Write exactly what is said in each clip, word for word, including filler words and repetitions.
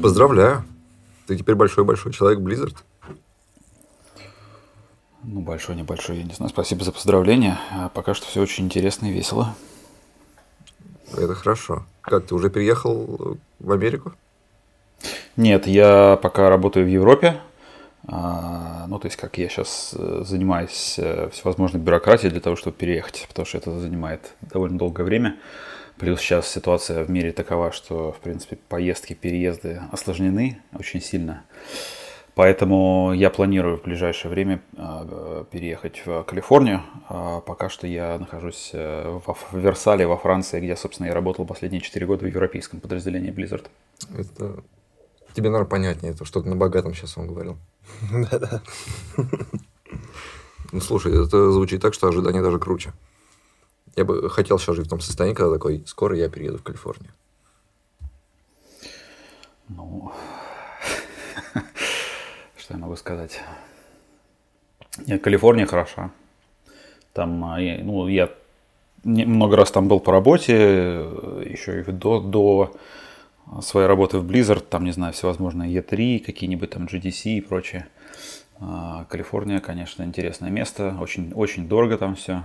Поздравляю. Ты теперь большой-большой человек Blizzard. Ну, большой-небольшой, я не знаю. Спасибо за поздравления. А пока что все очень интересно и весело. Это хорошо. Как, ты уже переехал в Америку? Нет, я пока работаю в Европе. А, ну, то есть, как я сейчас занимаюсь э, всевозможной бюрократией для того, чтобы переехать, потому что это занимает довольно долгое время. Плюс сейчас ситуация в мире такова, что, в принципе, поездки, переезды осложнены очень сильно. Поэтому я планирую в ближайшее время э, переехать в Калифорнию. А пока что я нахожусь э, во- в Версале, во Франции, где, собственно, я работал последние четыре года в европейском подразделении Blizzard. Это тебе, наверное, понятнее. Это что-то на богатом сейчас он говорил. Да-да. Ну, слушай, это звучит так, что ожидание даже круче. Я бы хотел сейчас жить в том состоянии, когда такой, скоро я перееду в Калифорнию. Ну, что я могу сказать? Нет, Калифорния хороша. Там, а, я- ну, я не- много раз там был по работе, э, еще и до, до своей работы в Blizzard, там, не знаю, всевозможные и три, какие-нибудь там джи ди си и прочее. А, Калифорния, конечно, интересное место, очень, очень дорого там все.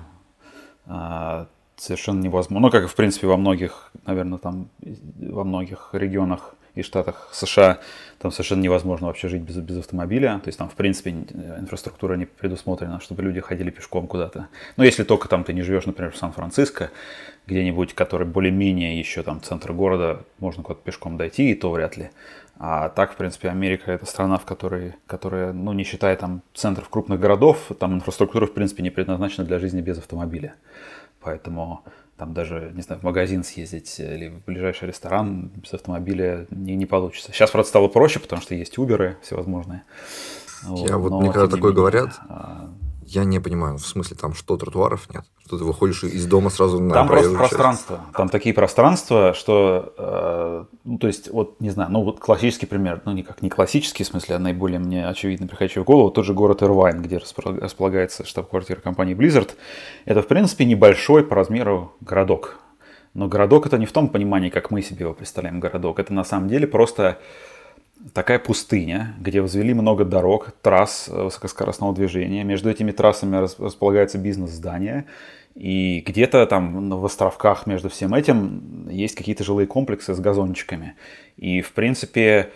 Совершенно невозможно. Ну, как и, в принципе, во многих, наверное, там, во многих регионах и штатах США, там совершенно невозможно вообще жить без, без автомобиля. То есть там, в принципе, инфраструктура не предусмотрена, чтобы люди ходили пешком куда-то. Но если только там ты не живешь, например, в Сан-Франциско, где-нибудь, который более-менее еще там центр города, можно куда-то пешком дойти, и то вряд ли. А так, в принципе, Америка — это страна, в которой, которая, ну, не считая там центров крупных городов, там инфраструктура, в принципе, не предназначена для жизни без автомобиля. Поэтому там даже, не знаю, в магазин съездить или в ближайший ресторан без автомобиля не, не получится. Сейчас, правда, стало проще, потому что есть Уберы всевозможные. Я Вот, вот, но, мне когда тем не такое менее, говорят, а, я не понимаю, в смысле, там что, тротуаров нет? Что ты выходишь из дома сразу на там просто проезжую часть? пространство. Там такие пространства, что, э, ну, то есть, вот, не знаю, ну, вот классический пример, ну, никак не классический, в смысле, а наиболее мне очевидно приходящий в голову, тот же город Ирвайн, где распро- располагается штаб-квартира компании Blizzard. Это, в принципе, небольшой по размеру городок. Но городок — это не в том понимании, как мы себе его представляем, городок. Это на самом деле просто такая пустыня, где возвели много дорог, трасс э, высокоскоростного движения. Между этими трассами рас- располагаются бизнес-здания. И где-то там в островках между всем этим есть какие-то жилые комплексы с газончиками. И, в принципе,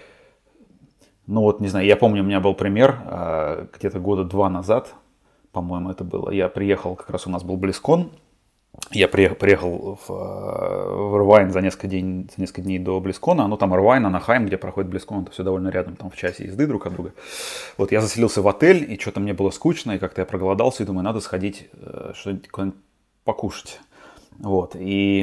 ну вот, не знаю, я помню, у меня был пример э, где-то года два назад, по-моему, это было. Я приехал, как раз у нас был BlizzCon. Я приехал, приехал в, э, в Ирвайн за несколько, день, за несколько дней до Близкона. Ну, там Ирвайн, Анахайм, где проходит Близкон, это все довольно рядом, там в часе езды друг от друга. Вот я заселился в отель, и что-то мне было скучно, и как-то я проголодался, и думаю, надо сходить э, что-нибудь куда-нибудь покушать. Вот, и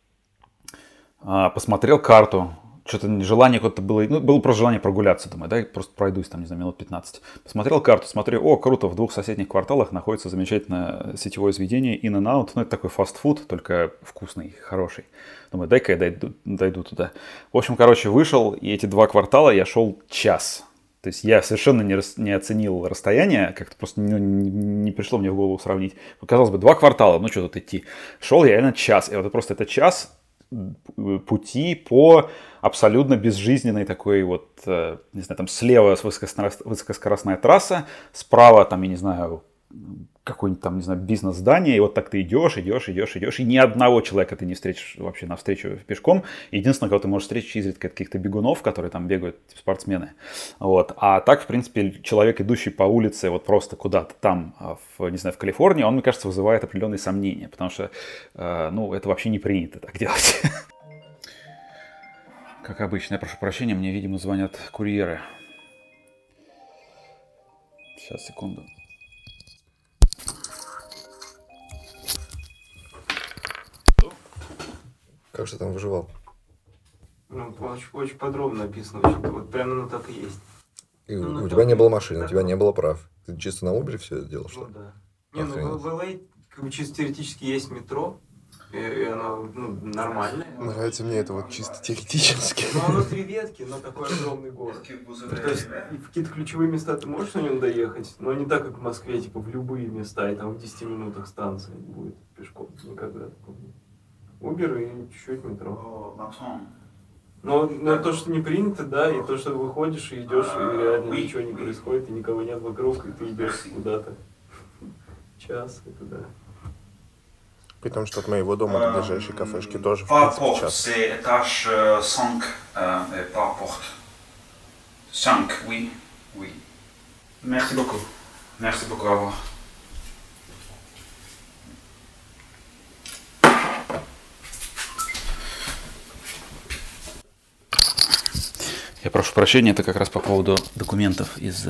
а, посмотрел карту. Что-то желание какое-то было, ну, было просто желание прогуляться, думаю, да, просто пройдусь там, не знаю, минут пятнадцать. Посмотрел карту, смотрю, о, круто, в двух соседних кварталах находится замечательное сетевое заведение In-N-Out, ну, это такой фастфуд, только вкусный, хороший. Думаю, дай-ка я дойду, дойду туда. В общем, короче, вышел, и эти два квартала я шел час. То есть я совершенно не, рас, не оценил расстояние, как-то просто не, не, не пришло мне в голову сравнить. Казалось бы, два квартала, ну что тут идти. Шел я реально час, и вот просто это час пути по абсолютно безжизненной такой вот, не знаю, там слева высокоскоростная трасса, справа там, я не знаю, какое-нибудь там, не знаю, бизнес-здание, и вот так ты идешь, идешь, идешь, идешь, и ни одного человека ты не встретишь вообще навстречу пешком. Единственное, кого ты можешь встретить изредка, это каких-то бегунов, которые там бегают, спортсмены. Вот. А так, в принципе, человек, идущий по улице вот просто куда-то там, в, не знаю, в Калифорнии, он, мне кажется, вызывает определенные сомнения, потому что, э, ну, это вообще не принято так делать. Как обычно, я прошу прощения, мне, видимо, звонят курьеры. Сейчас, секунду. Как же там выживал? Ну, очень, очень подробно написано, очень, вот прямо оно так и есть. И Ну, у ну, тебя так не и- было машины, у так тебя и- не было прав. Ты чисто на Uber все это делал, что Ну ли? да. Не, ну Охренеть. в, в Л А как бы чисто теоретически есть метро, и, и оно ну, нормальное. Нравится мне это вот чисто теоретически. Но оно три ветки, но такой огромный город. То есть в какие-то ключевые места ты можешь на нем доехать, но не так, как в Москве, типа в любые места, и там в десяти минутах станции будет пешком. Никогда такого нет. Убер и чуть-чуть метро. Но, но то, что не принято, да, и то, что выходишь и идешь, и реально ничего не происходит, и никого нет вокруг, и ты идешь куда-то. Час, это да. При том, что от моего дома до ближайшей кафешки тоже в Par принципе porte, час. c'est étage euh, cinq euh, par porte. cinq, oui, oui. Merci beaucoup. Merci beaucoup, au revoir. Я прошу прощения, это как раз по поводу документов из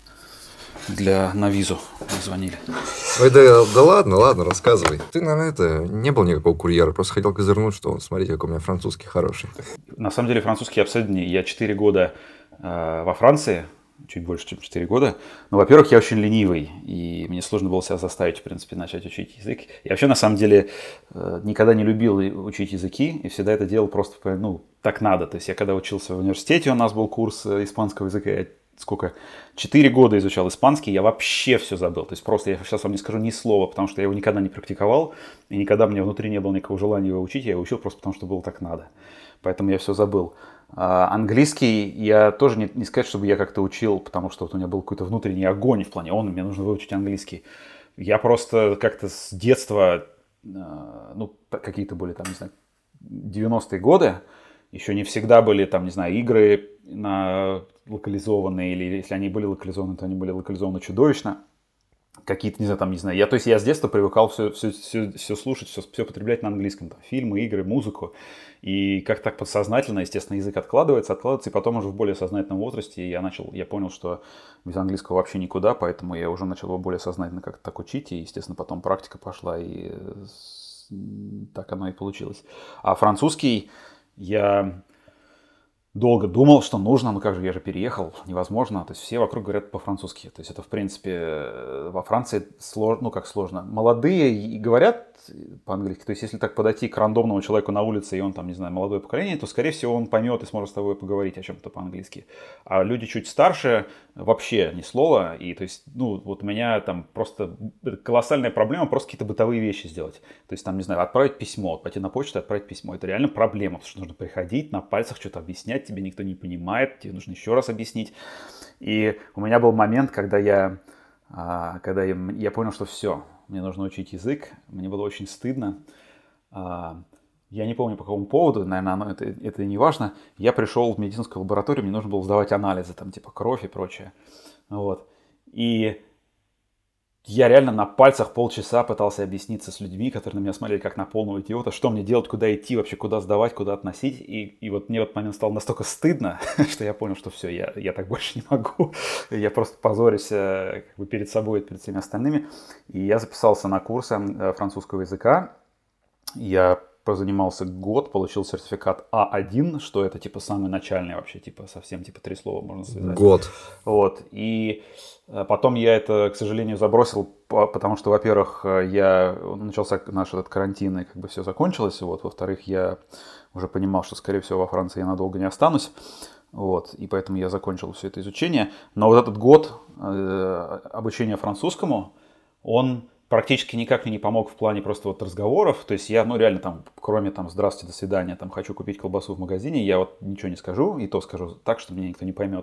для на визу мне звонили. Ой, да, да ладно, ладно, рассказывай. Ты, наверное, это, не был никакого курьера, просто хотел козырнуть, что смотрите, какой у меня французский хороший. На самом деле французский абсолютно не. Я четыре года э, во Франции, чуть больше, чем четыре года. Но, во-первых, я очень ленивый, и мне сложно было себя заставить, в принципе, начать учить язык. Я вообще, на самом деле, э, никогда не любил учить языки, и всегда это делал просто, ну, так надо. То есть я когда учился в университете, у нас был курс испанского языка, я сколько? Четыре года изучал испанский, я вообще все забыл. То есть просто я сейчас вам не скажу ни слова, потому что я его никогда не практиковал, и никогда у меня внутри не было никакого желания его учить, я его учил просто потому, что было так надо. Поэтому я все забыл. А английский я тоже не, не сказать, чтобы я как-то учил, потому что вот у меня был какой-то внутренний огонь в плане, он, мне нужно выучить английский. Я просто как-то с детства, ну, какие-то были там, не знаю, девяностые годы, еще не всегда были там, не знаю, игры на локализованные, или если они были локализованы, то они были локализованы чудовищно. Какие-то, не знаю, там, не знаю. Я, то есть я с детства привыкал все, все, все, все слушать, все, все потреблять на английском. Там, фильмы, игры, музыку. И как так подсознательно, естественно, язык откладывается, откладывается. И потом уже в более сознательном возрасте я начал, я понял, что без английского вообще никуда, поэтому я уже начал его более сознательно как-то так учить. И, естественно, потом практика пошла, и так оно и получилось. А французский я долго думал, что нужно, ну как же, я же переехал, невозможно. То есть все вокруг говорят по-французски. То есть это, в принципе, во Франции сложно, ну как сложно. Молодые и говорят по-английски. То есть если так подойти к рандомному человеку на улице, и он там, не знаю, молодое поколение, то, скорее всего, он поймет и сможет с тобой поговорить о чем-то по-английски. А люди чуть старше вообще ни слова. И то есть, ну, вот у меня там просто колоссальная проблема просто какие-то бытовые вещи сделать. То есть там, не знаю, отправить письмо, пойти на почту и отправить письмо. Это реально проблема, потому что нужно приходить, на пальцах что-то объяснять, тебе никто не понимает, тебе нужно еще раз объяснить. И у меня был момент, когда я, когда я, я понял, что все, мне нужно учить язык. Мне было очень стыдно. Я не помню по какому поводу, наверное, оно, это, это не важно. Я пришел в медицинскую лабораторию, мне нужно было сдавать анализы, там типа кровь и прочее. Вот. И я реально на пальцах полчаса пытался объясниться с людьми, которые на меня смотрели как на полного идиота, что мне делать, куда идти, вообще куда сдавать, куда относить. И, и вот мне в этот момент стало настолько стыдно, что я понял, что все, я, я так больше не могу. Я просто позорюсь как бы перед собой и перед всеми остальными. И я записался на курсы французского языка. Я позанимался год, получил сертификат А один, что это типа самый начальный вообще, типа совсем типа три слова можно связать. Год. Вот. И потом я это, к сожалению, забросил, потому что, во-первых, я начался наш этот карантин, и как бы все закончилось. Вот. Во-вторых, я уже понимал, что, скорее всего, во Франции я надолго не останусь. Вот. И поэтому я закончил все это изучение. Но вот этот год э, обучения французскому, он практически никак мне не помог в плане просто вот разговоров. То есть я, ну, реально там, кроме там «здравствуйте, до свидания», там «хочу купить колбасу в магазине», я вот ничего не скажу, и то скажу так, что меня никто не поймет.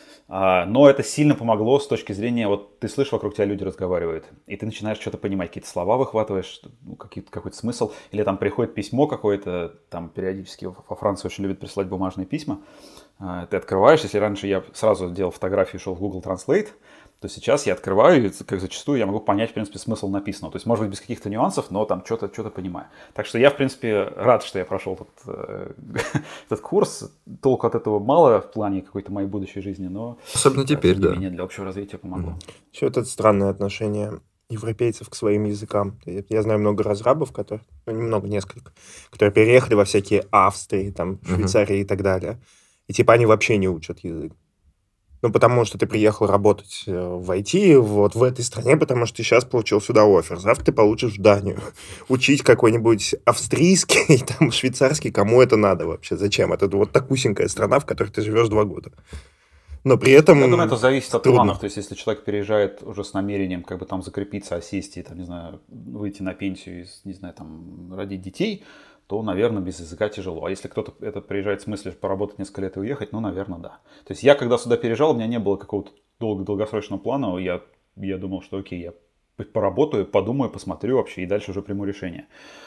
Но это сильно помогло с точки зрения, вот ты слышишь, вокруг тебя люди разговаривают, и ты начинаешь что-то понимать, какие-то слова выхватываешь, ну, какой-то смысл, или там приходит письмо какое-то, там периодически во Франции очень любят присылать бумажные письма, ты открываешь, если раньше я сразу делал фотографию, шел в Google Translate, то сейчас я открываю, и как зачастую я могу понять, в принципе, смысл написанного. То есть, может быть, без каких-то нюансов, но там что-то, что-то понимаю. Так что я, в принципе, рад, что я прошел этот, э, этот курс. Толку от этого мало в плане какой-то моей будущей жизни, но... Особенно теперь, да. Мне для общего развития помогло. Все это странное отношение европейцев к своим языкам. Я знаю много разрабов, которые, ну, немного, несколько, которые переехали во всякие Австрии, там, Швейцарии и так далее. И типа они вообще не учат язык. Ну, потому что ты приехал работать в ай ти вот в этой стране, потому что ты сейчас получил сюда оффер. Завтра ты получишь в Данию. Учить какой-нибудь австрийский, там, швейцарский, кому это надо вообще? Зачем? Это вот такусенькая страна, в которой ты живешь два года. Но при этом... Я думаю, это зависит от трудно. планов. То есть, если человек переезжает уже с намерением как бы там закрепиться, осесть и, там, не знаю, выйти на пенсию и, не знаю, там, родить детей, то, наверное, без языка тяжело. А если кто-то это приезжает с мыслью поработать несколько лет и уехать, ну, наверное, да. То есть я, когда сюда переезжал, у меня не было какого-то долго- долгосрочного плана. Я, я думал, что окей, я поработаю, подумаю, посмотрю вообще и дальше уже приму решение.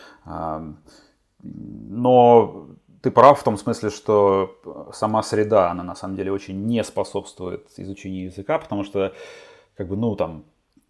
Но ты прав в том смысле, что сама среда, она на самом деле очень не способствует изучению языка, потому что, как бы, ну, там,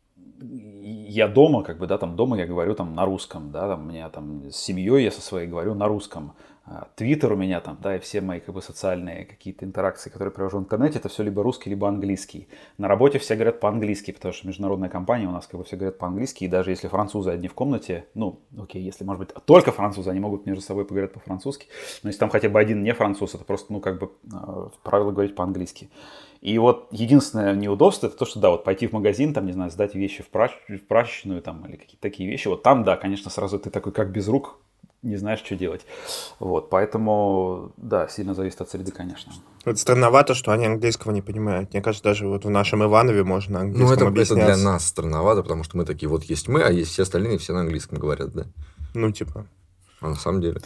я дома, как бы, да, там, дома я говорю там на русском, да, там, у меня там с семьей я со своей говорю на русском. Твиттер у меня там, да, и все мои, как бы, социальные какие-то интеракции, которые провожу в интернете, это все либо русский, либо английский. На работе все говорят по-английски, потому что международная компания, у нас, как бы, все говорят по-английски, и даже если французы одни в комнате, ну, окей, если, может быть, только французы, они могут между собой поговорить по-французски, но если там хотя бы один не француз, это просто, ну, как бы, правило говорить по-английски. И вот единственное неудобство, это то, что, да, вот пойти в магазин, там, не знаю, сдать вещи в, прач... в прачечную, там, или какие-то такие вещи, вот там, да, конечно, сразу ты такой, как без рук, не знаешь, что делать. Вот, поэтому, да, сильно зависит от среды, конечно. Это странновато, что они английского не понимают. Мне кажется, даже вот в нашем Иванове можно на английском Ну, это, объясняться. это для нас странновато, потому что мы такие, вот есть мы, а есть все остальные, все на английском говорят, да? Ну, типа. А на самом деле?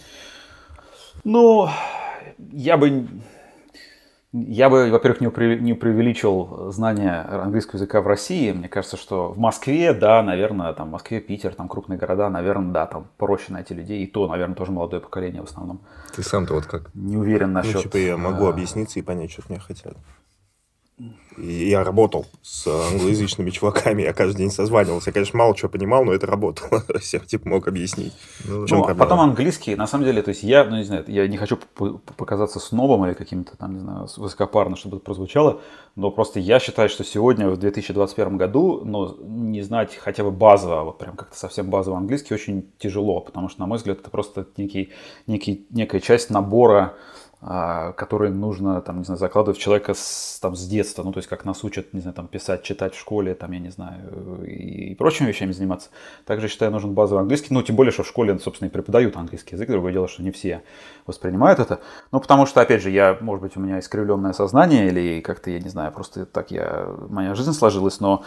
Ну, я бы... Я бы, во-первых, не, upre- не преувеличил знания английского языка в России. Мне кажется, что в Москве, да, наверное, там Москве, Питер, там крупные города, наверное, да, там проще найти людей. И то, наверное, тоже молодое поколение в основном. Ты сам-то вот как? Не уверен насчет... Ну, типа, я могу объясниться и понять, что от меня хотят. И я работал с англоязычными чуваками, я каждый день созванивался. Я, конечно, мало чего понимал, но это работало. Я, типа, мог объяснить. Ну, Ну, а потом английский, на самом деле, то есть я, ну, не знаю, я не хочу показаться снобом или каким-то там, не знаю, высокопарно, чтобы это прозвучало, но просто я считаю, что сегодня, в две тысячи двадцать первом году, ну, не знать хотя бы базово, вот прям как-то совсем базово английский очень тяжело, потому что, на мой взгляд, это просто некий, некий, некая часть набора, который нужно, там, не знаю, закладывать в человека с, там, с детства, ну, то есть, как нас учат, не знаю, там, писать, читать в школе, там, я не знаю, и, и прочими вещами заниматься. Также, считаю, нужен базовый английский, ну, тем более, что в школе, собственно, и преподают английский язык, другое дело, что не все воспринимают это, ну, потому что, опять же, я, может быть, у меня искривленное сознание, или как-то, я не знаю, просто так я, моя жизнь сложилась, но,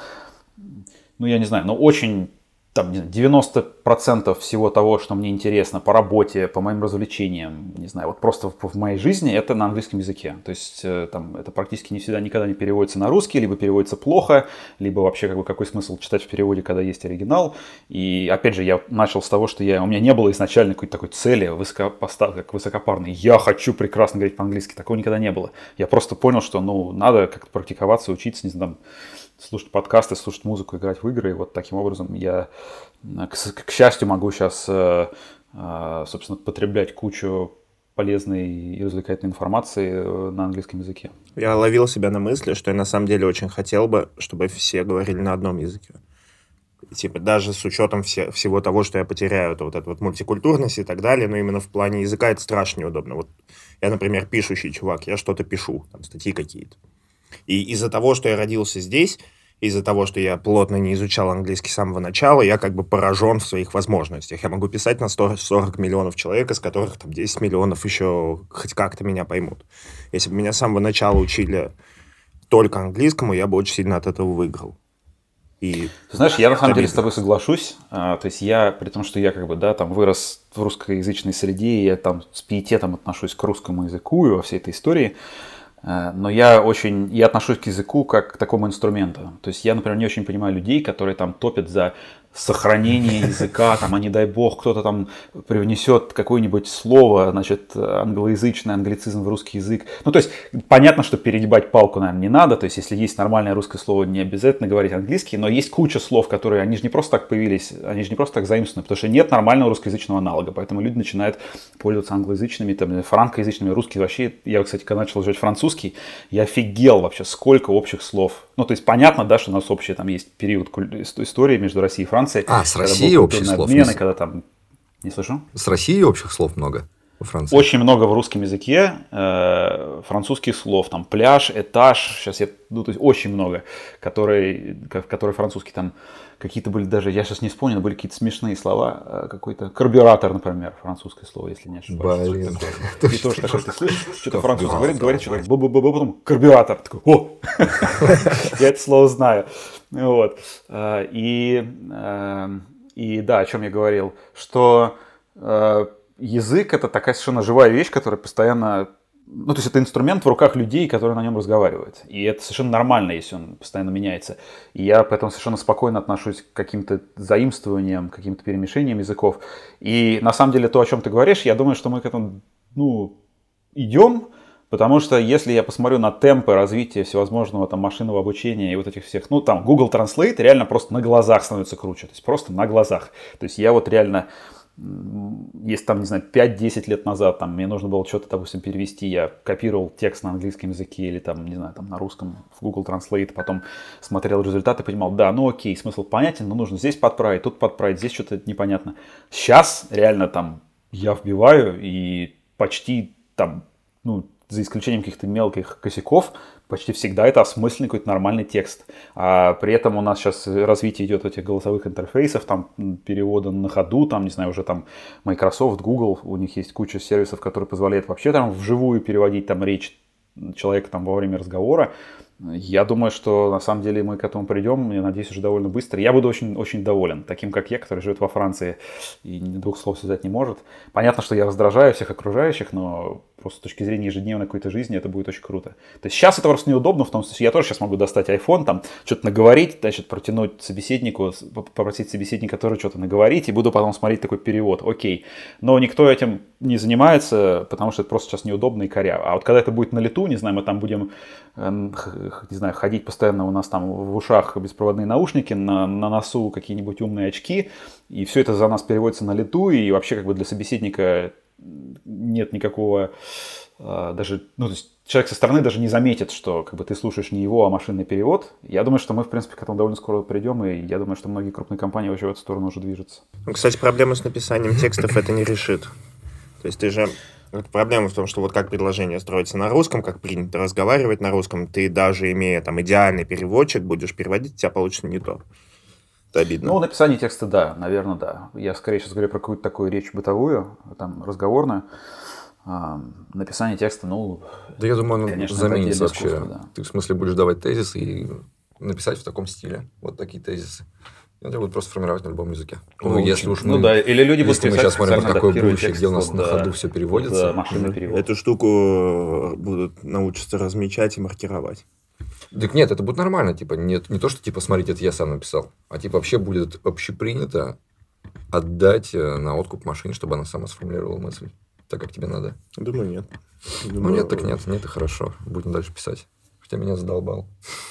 ну, я не знаю, но очень... Там, девяносто процентов всего того, что мне интересно по работе, по моим развлечениям, не знаю, вот просто в, в моей жизни, это на английском языке. То есть там это практически не всегда никогда не переводится на русский, либо переводится плохо, либо вообще как бы какой смысл читать в переводе, когда есть оригинал. И опять же, я начал с того, что я, у меня не было изначально какой-то такой цели, высокопостав, как высокопарной. Я хочу прекрасно говорить по-английски. Такого никогда не было. Я просто понял, что ну, надо как-то практиковаться, учиться, не знаю, там, слушать подкасты, слушать музыку, играть в игры. И вот таким образом я, к, к счастью, могу сейчас, собственно, потреблять кучу полезной и развлекательной информации на английском языке. Я ловил себя на мысли, что я на самом деле очень хотел бы, чтобы все говорили на одном языке. Типа даже с учетом все, всего того, что я потеряю, это вот эту вот мультикультурность и так далее, но именно в плане языка это страшно неудобно. Вот я, например, пишущий чувак, я что-то пишу, там статьи какие-то. И из-за того, что я родился здесь, из-за того, что я плотно не изучал английский с самого начала, я как бы поражен в своих возможностях. Я могу писать на сто сорок миллионов человек, из которых там десять миллионов еще хоть как-то меня поймут. Если бы меня с самого начала учили только английскому, я бы очень сильно от этого выиграл. И Ты знаешь, я на самом деле с тобой соглашусь. А, то есть я, при том, что я как бы, да, там вырос в русскоязычной среде, я там с пиететом отношусь к русскому языку и во всей этой истории, но я очень, я отношусь к языку как к такому инструменту. То есть я, например, не очень понимаю людей, которые там топят за сохранение языка, там, а не дай бог, кто-то там привнесет какое-нибудь слово, значит, англоязычный англицизм в русский язык. Ну, то есть, понятно, что перегибать палку, наверное, не надо. То есть, если есть нормальное русское слово, не обязательно говорить английский, но есть куча слов, которые, они же не просто так появились, они же не просто так заимствованы, потому что нет нормального русскоязычного аналога. Поэтому люди начинают пользоваться англоязычными, там, франкоязычными, русские вообще. Я, кстати, когда начал изучать французский, я офигел вообще, сколько общих слов. Ну, то есть, понятно, да, что у нас общий там есть период истории между Россией и Францией. А, с Россией общих слов? Обмены, когда там... Не слышу? С Россией общих слов много во Франции? Очень много в русском языке э, французских слов. Там пляж, этаж, сейчас я... Ну, то есть очень много, которые, которые французские там какие-то были даже... Я сейчас не вспомню, были какие-то смешные слова. Какой-то карбюратор, например, французское слово, если не ошибаюсь. Блин. И тоже такой, ты слышишь, что-то француз говорит, говорит, что-то бу-бу-бу-бу, потом карбюратор. Такой, о! Я это слово знаю. Вот. И... И да, о чем я говорил, что э, язык — это такая совершенно живая вещь, которая постоянно... Ну, то есть это инструмент в руках людей, которые на нем разговаривают. И это совершенно нормально, если он постоянно меняется. И я поэтому совершенно спокойно отношусь к каким-то заимствованиям, к каким-то перемешениям языков. И на самом деле то, о чем ты говоришь, я думаю, что мы к этому, ну, идем, потому что если я посмотрю на темпы развития всевозможного там машинного обучения и вот этих всех, ну, там, Google Translate реально просто на глазах становится круче. То есть просто на глазах. То есть я вот реально... Если там, не знаю, пять-десять лет назад там, мне нужно было что-то, допустим, перевести, я копировал текст на английском языке или там, не знаю, там на русском в Google Translate, потом смотрел результаты, понимал, да, ну окей, смысл понятен, но нужно здесь подправить, тут подправить, здесь что-то непонятно. Сейчас реально там я вбиваю и почти там, ну, за исключением каких-то мелких косяков, почти всегда это осмысленный какой-то нормальный текст. А при этом у нас сейчас развитие идет этих голосовых интерфейсов, там перевода на ходу, там, не знаю, уже там Microsoft, Google, у них есть куча сервисов, которые позволяют вообще там вживую переводить там речь человека там во время разговора. Я думаю, что на самом деле мы к этому придем, я надеюсь, уже довольно быстро. Я буду очень, очень доволен, таким как я, который живет во Франции и двух слов связать не может. Понятно, что я раздражаю всех окружающих, но просто с точки зрения ежедневной какой-то жизни это будет очень круто. То есть сейчас это просто неудобно, в том смысле, я тоже сейчас могу достать iPhone, там что-то наговорить, значит, протянуть собеседнику, попросить собеседника тоже что-то наговорить, и буду потом смотреть такой перевод. Окей. Но никто этим не занимается, потому что это просто сейчас неудобно и коряво. А вот когда это будет на лету, не знаю, мы там будем, не знаю, ходить постоянно, у нас там в ушах беспроводные наушники, на, на носу какие-нибудь умные очки, и все это за нас переводится на лету, и вообще как бы для собеседника нет никакого, даже, ну, то есть человек со стороны даже не заметит, что как бы ты слушаешь не его, а машинный перевод. Я думаю, что мы, в принципе, к этому довольно скоро придем, и я думаю, что многие крупные компании вообще в эту сторону уже движутся. Ну, кстати, проблему с написанием текстов это не решит. То есть ты же... Проблема в том, что вот как предложение строится на русском, как принято разговаривать на русском, ты даже имея там идеальный переводчик, будешь переводить, у тебя получится не то. Это обидно. Ну, написание текста, да, наверное, да. Я скорее сейчас говорю про какую-то такую речь бытовую, там, разговорную. А, написание текста, ну... Да я думаю, оно конечно, заменится вообще. Да. Ты, в смысле, будешь давать тезисы и написать в таком стиле. Вот такие тезисы. Это будут просто формировать на любом языке. Ну, ну если уж мы... Ну да, или люди если будут мы сейчас смотрим на такое будущее, текст, где у нас да, на ходу все переводится. Да, машинный перевод. Эту штуку будут научиться размечать и маркировать. Так нет, это будет нормально. Типа, не, не то, что, типа, смотрите, это я сам написал. А типа вообще будет общепринято отдать на откуп машине, чтобы она сама сформулировала мысль. Так, как тебе надо. Думаю, нет. Думаю, ну нет, так нет. Нет, и хорошо. Будем дальше писать. Хотя меня задолбал.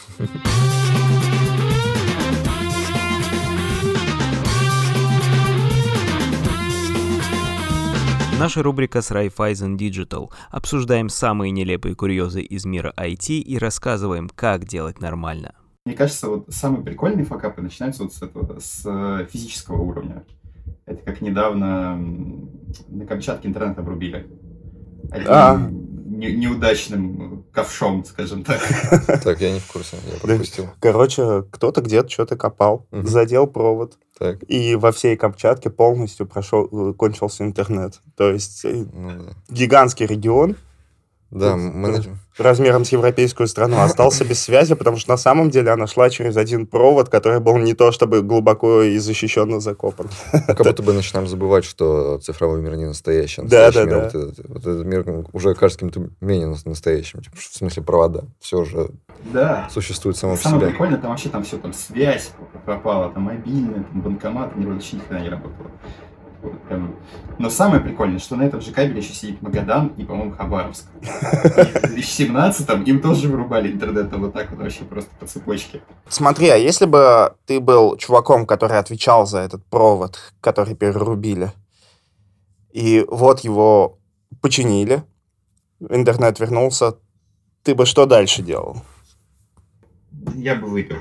Наша рубрика с Raiffeisen Digital. Обсуждаем самые нелепые курьезы из мира ай ти и рассказываем, как делать нормально. Мне кажется, вот самые прикольные факапы начинаются вот с этого, с физического уровня. Это как недавно на Камчатке интернет обрубили. Одним А. не, неудачным ковшом, скажем так. Так, я не в курсе, я пропустил. Короче, кто-то где-то что-то копал, Мгм. задел провод, Так, и во всей Камчатке полностью прошел, кончился интернет. То есть э, ну да. гигантский регион Да, Тут, мы... да. нач- размером с европейскую страну остался без связи, потому что на самом деле она шла через один провод, который был не то чтобы глубоко и защищенно закопан. Мы как будто бы начинаем забывать, что цифровой мир не настоящий. Да, Настоящий да, мир, да. Вот этот, вот этот мир уже кажется каким-то менее нас- настоящим. Типа, в смысле, провода. Все уже Да. существует само по Самое себе. прикольное, там вообще там все, там связь пропала, там мобильная, там банкомат, ни вообще ни хрена не работало. Вот прям. Но самое прикольное, что на этом же кабеле еще сидит Магадан и, по-моему, Хабаровск. И в две тысячи семнадцатом им тоже вырубали интернет, а вот так вот вообще просто по цепочке. Смотри, а если бы ты был чуваком, который отвечал за этот провод, который перерубили, и вот его починили, интернет вернулся, ты бы что дальше делал? Я бы выпил.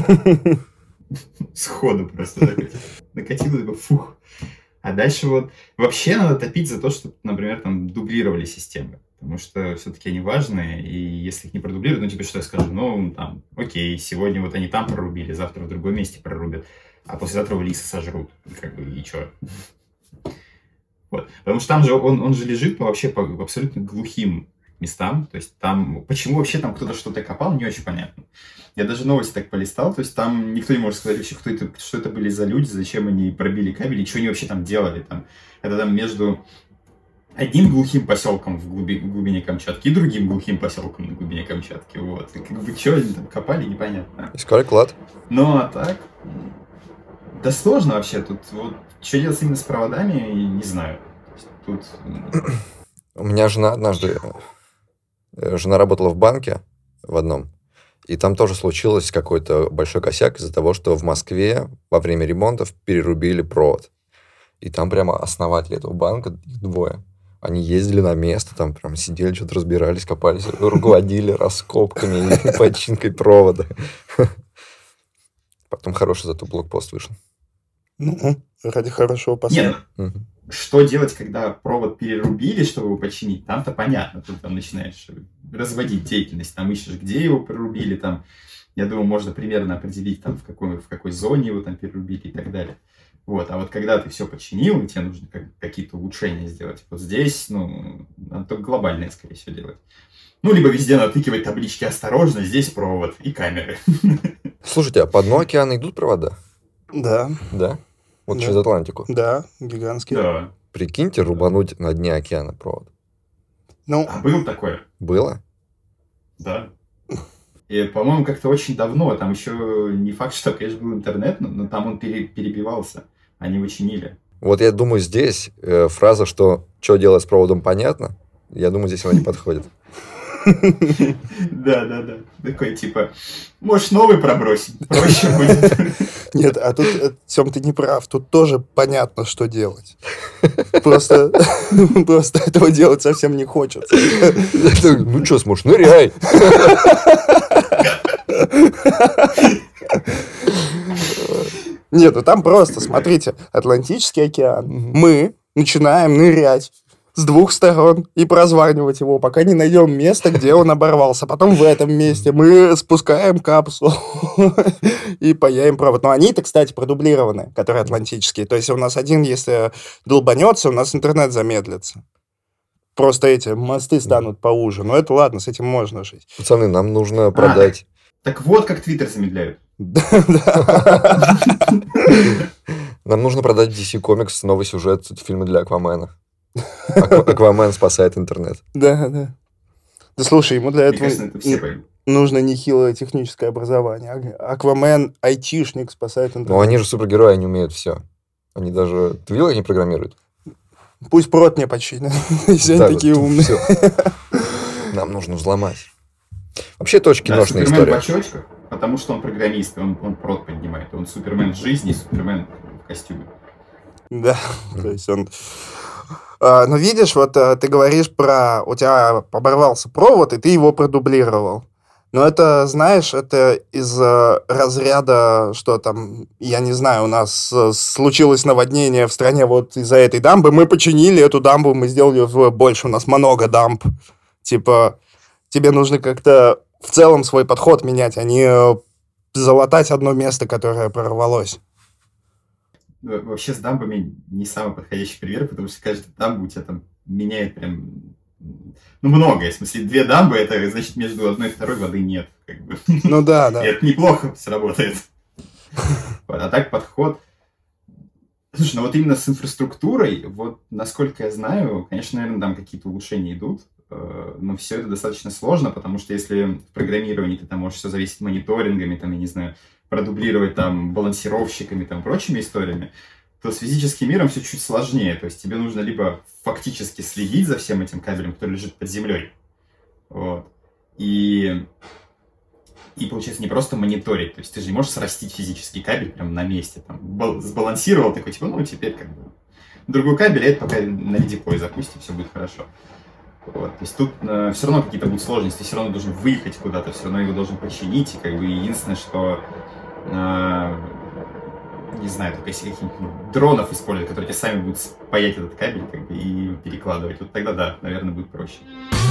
Сходу просто накатил. Накатил и такой, фух. А дальше вот... Вообще надо топить за то, что, например, там дублировали системы. Потому что все-таки они важные, и если их не продублируют, ну, типа, что я скажу, ну, там, окей, сегодня вот они там прорубили, завтра в другом месте прорубят, а послезавтра у лиса сожрут. И как бы, и чё? Вот. Потому что там же, он, он же лежит по, вообще по абсолютно глухим местам, то есть там, почему вообще там кто-то что-то копал, не очень понятно. Я даже новости так полистал, то есть там никто не может сказать вообще, кто это, что это были за люди, зачем они пробили кабель, и что они вообще там делали. Там, это там между одним глухим поселком в, глуби, в глубине Камчатки и другим глухим поселком на глубине Камчатки. Вот. И как бы что они там копали, непонятно. Искали клад. Ну, а так... Да сложно вообще. Тут вот что делать именно с проводами, не знаю. Тут... У меня жена однажды... Жена работала в банке в одном. И там тоже случилось какой-то большой косяк из-за того, что в Москве во время ремонтов перерубили провод. И там прямо основатели этого банка, их двое, они ездили на место, там прям сидели, что-то разбирались, копались, руководили раскопками и починкой провода. Потом хороший зато блокпост вышел. Ну, ради хорошего посла. Нет, что делать, когда провод перерубили, чтобы его починить? Там-то понятно, тут там начинаешь разводить деятельность, там ищешь, где его прорубили, там, я думаю, можно примерно определить, там, в какой, в какой зоне его там перерубили и так далее. Вот, а вот когда ты все починил, и тебе нужно как, какие-то улучшения сделать, вот здесь, ну, надо только глобальное, скорее всего, делать. Ну, либо везде натыкивать таблички «Осторожно, здесь провод» и камеры. Слушайте, а по дну океана идут провода? Да. Да? Вот Да. через Атлантику? Да, гигантский. Да. Прикиньте, рубануть на дне океана провод. Ну, А было такое? Было? Да. И, по-моему, как-то очень давно, там еще не факт, что, конечно, был интернет, но, но там он пере, перебивался, они его чинили. Вот я думаю, здесь э, фраза, что «что делать с проводом, понятно», я думаю, здесь она не подходит. Да, да, да. Такой, типа, можешь новый пробросить, проще будет. нет, а тут, э, Тём, ты не прав. Тут тоже понятно, что делать. Просто, просто этого делать совсем не хочется. Ну что, сможешь, ныряй. Нет, ну там просто, смотрите, Атлантический океан. Мы начинаем нырять с двух сторон и прозванивать его, пока не найдем место, где он оборвался. Потом в этом месте мы спускаем капсулу и паяем провод. Но они-то, кстати, продублированы, которые атлантические. То есть у нас один, если долбанется, у нас интернет замедлится. Просто эти мосты станут поуже. Но это ладно, с этим можно жить. Пацаны, нам нужно продать... Так вот, как Твиттер замедляют. Да, да. Нам нужно продать ди си Comics новый сюжет фильма для Аквамена. Аква- Аквамен спасает интернет. Да, да. Да слушай, ему для Мне этого кажется, это все поймут. нужно нехилое техническое образование. А- Аквамен, айтишник, спасает интернет. Но они же супергерои, они умеют все. Они даже твилы не программируют. Пусть прот не починят, если они Да, такие вот умные. всё. Нам нужно взломать. Вообще, это очень Да, киношная Супермен в история. очочках, потому что он программист, и он, он прод поднимает. Он Супермен в жизни, Супермен в костюме. Да, то есть он... А, ну, видишь, вот а, ты говоришь про... У тебя оборвался провод, и ты его продублировал. Но это, знаешь, это из а, разряда, что там, я не знаю, у нас а, случилось наводнение в стране вот из-за этой дамбы, мы починили эту дамбу, мы сделали вдвое больше, у нас много дамб. Типа, тебе нужно как-то в целом свой подход менять, а не а, залатать одно место, которое прорвалось. Во- Вообще с дамбами не самый подходящий пример, потому что каждая дамба у тебя там меняет прям... Ну, многое. В смысле, две дамбы, это значит, между одной и второй воды нет. Как бы. Ну да, И да. это неплохо сработает. Вот, а так подход... Слушай, ну вот именно с инфраструктурой, вот насколько я знаю, конечно, наверное, там какие-то улучшения идут, э, но все это достаточно сложно, потому что если в программировании ты там можешь все зависеть мониторингами, там, я не знаю, продублировать там балансировщиками, там, прочими историями, то с физическим миром все чуть сложнее. То есть тебе нужно либо фактически следить за всем этим кабелем, который лежит под землей, вот, и... И, получается, не просто мониторить. То есть ты же не можешь срастить физический кабель прямо на месте. Там, бал- сбалансировал, такой, типа, ну, теперь как бы... Другой кабель, а это пока на видеоплей запустим, все будет хорошо. Вот. То есть тут э, все равно какие-то будут сложности. Все равно должен выехать куда-то, все равно его должен починить. И как бы единственное, что... Э, не знаю, только если каких-нибудь дронов использовать, которые тебе сами будут паять этот кабель как бы, и перекладывать. Вот тогда, да, наверное, будет проще.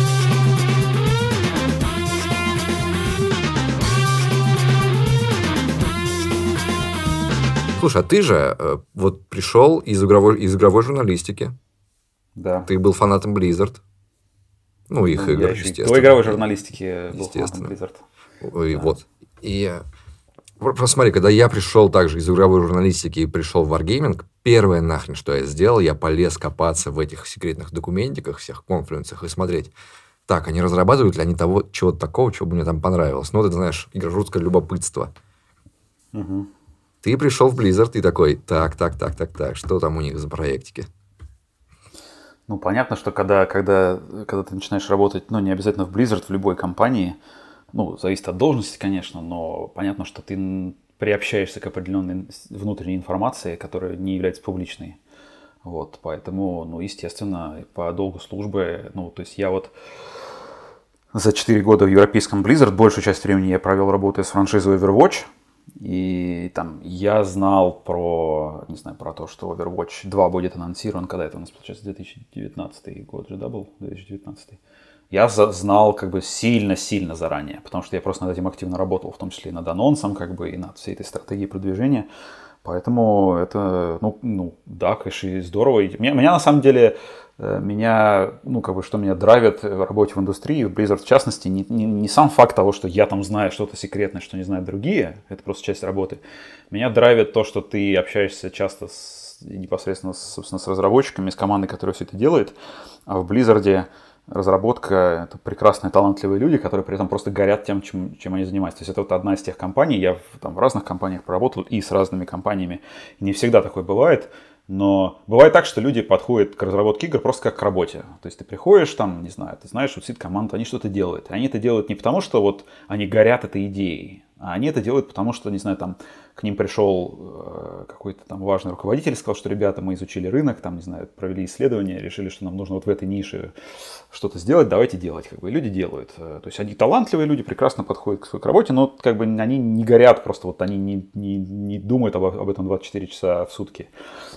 Слушай, а ты же э, вот пришел из игровой, из игровой журналистики. Да. Ты был фанатом Blizzard. Ну, их Ну, игр, я еще и естественно. до игровой журналистики был Естественно. фанатом Blizzard. И Да. вот. И Просто смотри, когда я пришел также из игровой журналистики и пришел в Wargaming, первое нахрен, что я сделал, я полез копаться в этих секретных документиках, всех конфлюенсах и смотреть, так, они разрабатывают ли они того, чего-то такого, чего бы мне там понравилось. Ну, вот это, знаешь, игрожурское любопытство. Угу. Ты пришел в Blizzard и такой, так, так, так, так, так, что там у них за проектики? Ну, понятно, что когда, когда, когда ты начинаешь работать, ну, не обязательно в Blizzard, в любой компании, ну, зависит от должности, конечно, но понятно, что ты приобщаешься к определенной внутренней информации, которая не является публичной. Вот, поэтому, ну, естественно, по долгу службы, ну, то есть я вот за четыре года в европейском Blizzard большую часть времени я провел, работая с франшизой Overwatch, и там я знал про, не знаю, про то, что Overwatch два будет анонсирован, когда это у нас, получается, две тысячи девятнадцатый год же, да, был? две тысячи девятнадцатый. Я знал как бы сильно-сильно заранее, потому что я просто над этим активно работал, в том числе и над анонсом, как бы, и над всей этой стратегией продвижения. Поэтому это, ну, ну да, конечно, и здорово. И меня, меня на самом деле, меня, ну, как бы, что меня драйвит в работе в индустрии, в Blizzard в частности, не, не, не сам факт того, что я там знаю что-то секретное, что не знают другие, это просто часть работы. Меня драйвит то, что ты общаешься часто с, непосредственно, собственно, с разработчиками, с командой, которая все это делает, а в Blizzard разработка — это прекрасные, талантливые люди, которые при этом просто горят тем, чем, чем они занимаются. То есть это вот одна из тех компаний, я в, там, в разных компаниях поработал и с разными компаниями. И не всегда такое бывает, но бывает так, что люди подходят к разработке игр просто как к работе. То есть ты приходишь, там, не знаю, ты знаешь, вот сидит команда, они что-то делают. И они это делают не потому, что вот они горят этой идеей, а они это делают потому, что, не знаю, там, к ним пришел э, какой-то там важный руководитель и сказал, что, ребята, мы изучили рынок, там, не знаю, провели исследования, решили, что нам нужно вот в этой нише что-то сделать, давайте делать. Как бы. И люди делают. То есть они талантливые люди, прекрасно подходят к своей работе, но как бы они не горят просто, вот они не, не, не думают об, об этом двадцать четыре часа в сутки.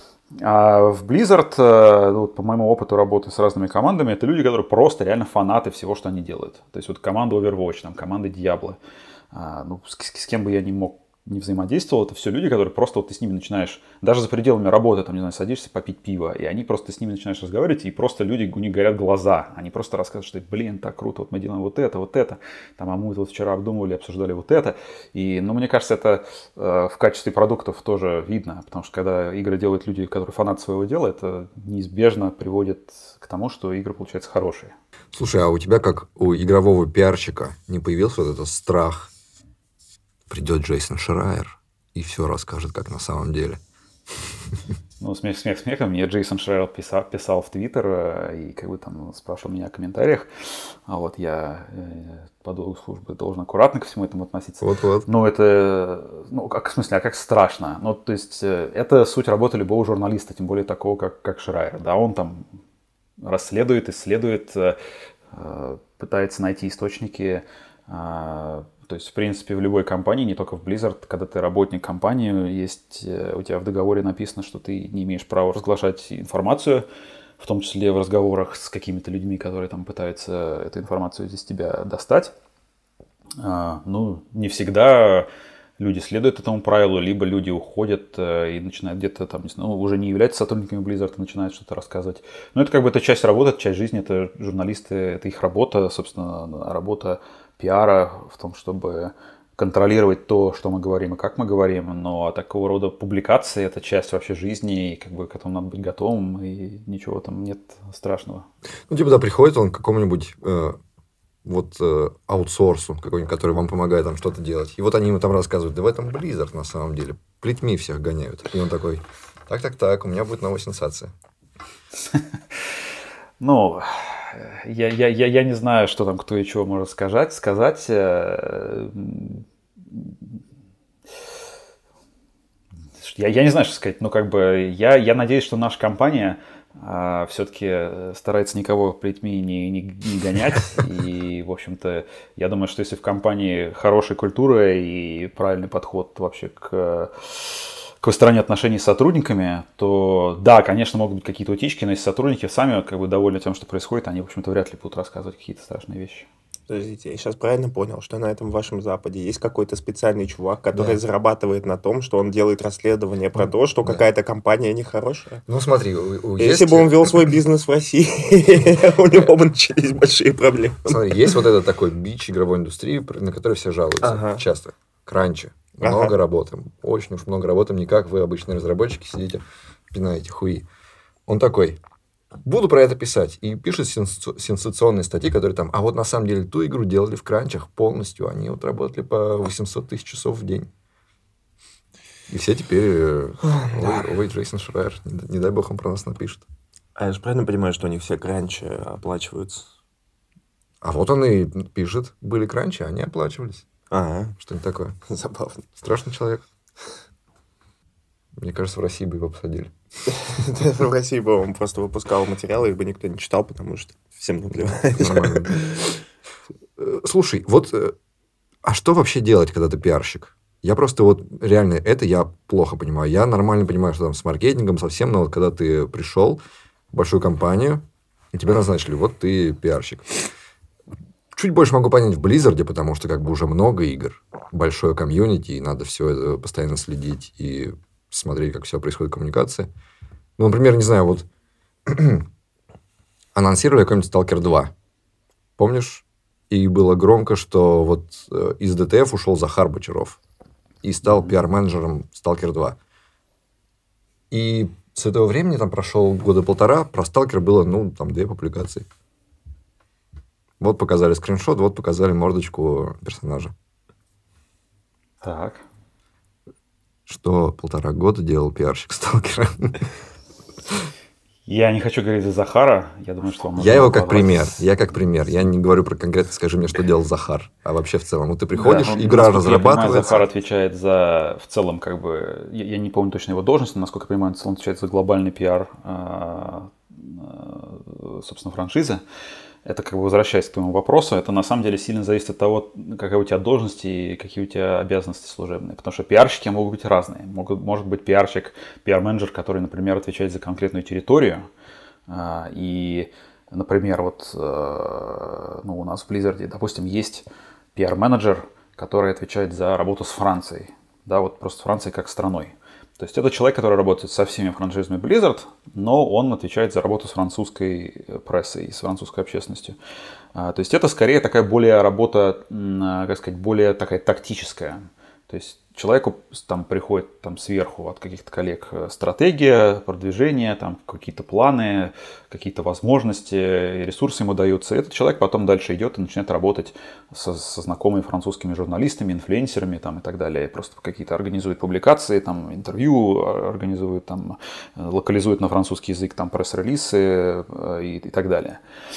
А в Blizzard, вот по моему опыту работы с разными командами, это люди, которые просто реально фанаты всего, что они делают. То есть вот команда Overwatch, там, команда Diablo, ну, с, с кем бы я ни мог не взаимодействовал, это все люди, которые просто вот ты с ними начинаешь, даже за пределами работы, там, не знаю, садишься попить пиво, и они просто, ты с ними начинаешь разговаривать, и просто люди, у них горят глаза, они просто рассказывают, что, блин, так круто, вот мы делаем вот это, вот это, там, а мы вот вчера обдумывали, обсуждали вот это, и, ну, мне кажется, это э, в качестве продуктов тоже видно, потому что когда игры делают люди, которые фанаты своего дела, это неизбежно приводит к тому, что игры получаются хорошие. Слушай, а у тебя, как у игрового пиарщика, не появился вот этот страх? Придет Джейсон Шрайер и все расскажет, как на самом деле. Ну, смех, смех, смехом. Мне Джейсон Шрайер писал, писал в Твиттер и как бы там спрашивал меня о комментариях. А вот я э, по долгу службы должен аккуратно ко всему этому относиться. Вот-вот. Ну, это, ну, как, в смысле, а как страшно? Ну, то есть, э, это суть работы любого журналиста, тем более такого, как, как Шрайер. Да, он там расследует, исследует, э, пытается найти источники. Э, То есть, в принципе, в любой компании, не только в Blizzard, когда ты работник компании, есть у тебя в договоре написано, что ты не имеешь права разглашать информацию, в том числе в разговорах с какими-то людьми, которые там пытаются эту информацию из тебя достать. А, ну, не всегда люди следуют этому правилу, либо люди уходят и начинают где-то там, не знаю, ну, уже не являются сотрудниками Blizzard, начинают что-то рассказывать. Но это как бы это часть работы, это часть жизни, это журналисты, это их работа, собственно, работа пиара в том, чтобы контролировать то, что мы говорим и как мы говорим, но такого рода публикации — это часть вообще жизни, и как бы к этому надо быть готовым, и ничего там нет страшного. Ну, типа, да, приходит он к какому-нибудь э, вот э, аутсорсу, какой-нибудь, который вам помогает там что-то делать, и вот они ему там рассказывают, да в этом Blizzard на самом деле, плетьми всех гоняют. И он такой, так-так-так, у меня будет новая сенсация. Ну... Я, я, я, я не знаю, что там кто и чего может сказать. сказать. Я, я не знаю, что сказать. Но как бы я, я надеюсь, что наша компания а, все-таки старается никого плетьми не, не, не гонять. И, в общем-то, я думаю, что если в компании хорошая культура и правильный подход вообще к... к выстроению отношений с сотрудниками, то да, конечно, могут быть какие-то утечки, но если сотрудники сами как бы довольны тем, что происходит, они, в общем-то, вряд ли будут рассказывать какие-то страшные вещи. Подождите, я сейчас правильно понял, что на этом вашем Западе есть какой-то специальный чувак, который Да. зарабатывает на том, что он делает расследование про то, что Да. какая-то компания нехорошая? Ну, смотри, у, у Если есть... бы он вел свой бизнес в России, у него бы начались большие проблемы. Смотри, есть вот этот такой бич игровой индустрии, на который все жалуются Ага. часто. Кранчи. Много Ага. работаем. Очень уж много работаем. Не как вы, обычные разработчики, сидите, пинаете хуи. Он такой, буду про это писать. И пишет сенса- сенсационные статьи, которые там, а вот на самом деле ту игру делали в кранчах полностью. Они вот работали по восемьсот тысяч часов в день. И все теперь, э, ой, ой, Джейсон Шрайер, не, д- не дай бог он про нас напишет. А я же правильно понимаю, что у них все кранчи оплачиваются? А вот он и пишет, были кранчи, они оплачивались. Ага, Что-нибудь такое. забавно. Страшный человек. Мне кажется, в России бы его посадили. В России бы он просто выпускал материалы, их бы никто не читал, потому что всем наплевать. Нормально. Э, Слушай, вот, э, а что вообще делать, когда ты пиарщик? Я просто вот реально, это я плохо понимаю. Я нормально понимаю, что там с маркетингом совсем, но вот когда ты пришел в большую компанию, и тебя назначили, вот ты пиарщик. Чуть больше могу понять в Blizzard, потому что как бы уже много игр, большое комьюнити, и надо все это постоянно следить и смотреть, как все происходит в коммуникации. Ну, например, не знаю, вот анонсировали какой-нибудь Сталкер два. Помнишь? И было громко, что вот э, из ди ти эф ушел Захар Бочаров и стал пиар-менеджером Сталкер два. И с этого времени, там прошло года полтора, про Сталкер было, ну, там, две публикации. Вот показали скриншот, вот показали мордочку персонажа. Так. Что полтора года делал пиарщик Сталкера. Я не хочу говорить за Захара. Я думаю, что вам нужно Я его как позвать. пример. Я как пример. Я не говорю про конкретно, скажи мне, что делал Захар. А вообще в целом. Вот ты приходишь, Да, ну, игра насколько я понимаю, разрабатывается. Захар отвечает за, в целом, как бы, я, я не помню точно его должность, но, насколько я понимаю, в целом отвечает за глобальный пиар, а, а, собственно, франшизы. Это, как бы, возвращаясь к твоему вопросу, это на самом деле сильно зависит от того, какая у тебя должность и какие у тебя обязанности служебные. Потому что пиарщики могут быть разные. Могут, может быть пиарщик, пиар-менеджер, который, например, отвечает за конкретную территорию. А, и, например, вот э, ну, у нас в Blizzard, допустим, есть пиар-менеджер, который отвечает за работу с Францией. Да, вот просто Францией как страной. То есть это человек, который работает со всеми франшизами Blizzard, но он отвечает за работу с французской прессой и с французской общественностью. А, то есть это скорее такая более работа, м, как сказать, более такая тактическая. То есть человеку там приходит там сверху от каких-то коллег стратегия, продвижение, там какие-то планы, какие-то возможности, ресурсы ему даются. И этот человек потом дальше идет и начинает работать со, со знакомыми французскими журналистами, инфлюенсерами там, и так далее. Просто какие-то организует публикации, там, интервью, организует, там, локализует на французский язык там, пресс-релизы и, и так далее.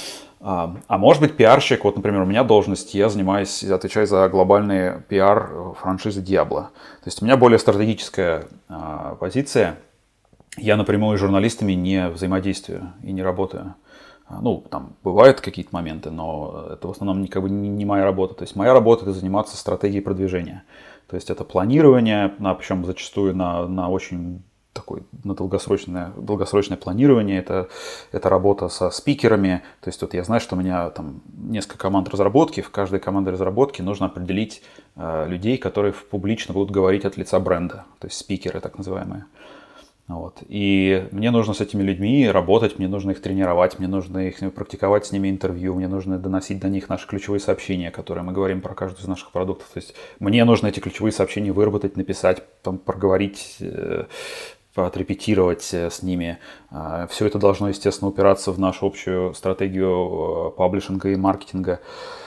А, а может быть пиарщик, вот, например, у меня должность, я занимаюсь, отвечаю за глобальный пиар франшизы Diablo. То есть у меня более стратегическая а, позиция. Я напрямую с журналистами не взаимодействую и не работаю. А, ну, там бывают какие-то моменты, но это в основном не, как бы, не, не моя работа. То есть моя работа – это заниматься стратегией продвижения. То есть это планирование, на, причем зачастую на, на очень такое на долгосрочное, долгосрочное планирование, это, это работа со спикерами. То есть вот я знаю, что у меня там несколько команд разработки, в каждой команде разработки нужно определить э, людей, которые публично будут говорить от лица бренда, то есть спикеры так называемые. Вот. И мне нужно с этими людьми работать, мне нужно их тренировать, мне нужно их практиковать с ними интервью, мне нужно доносить до них наши ключевые сообщения, которые мы говорим про каждый из наших продуктов. То есть мне нужно эти ключевые сообщения выработать, написать, там, проговорить, э, отрепетировать с ними. Все это должно, естественно, упираться в нашу общую стратегию паблишинга и маркетинга.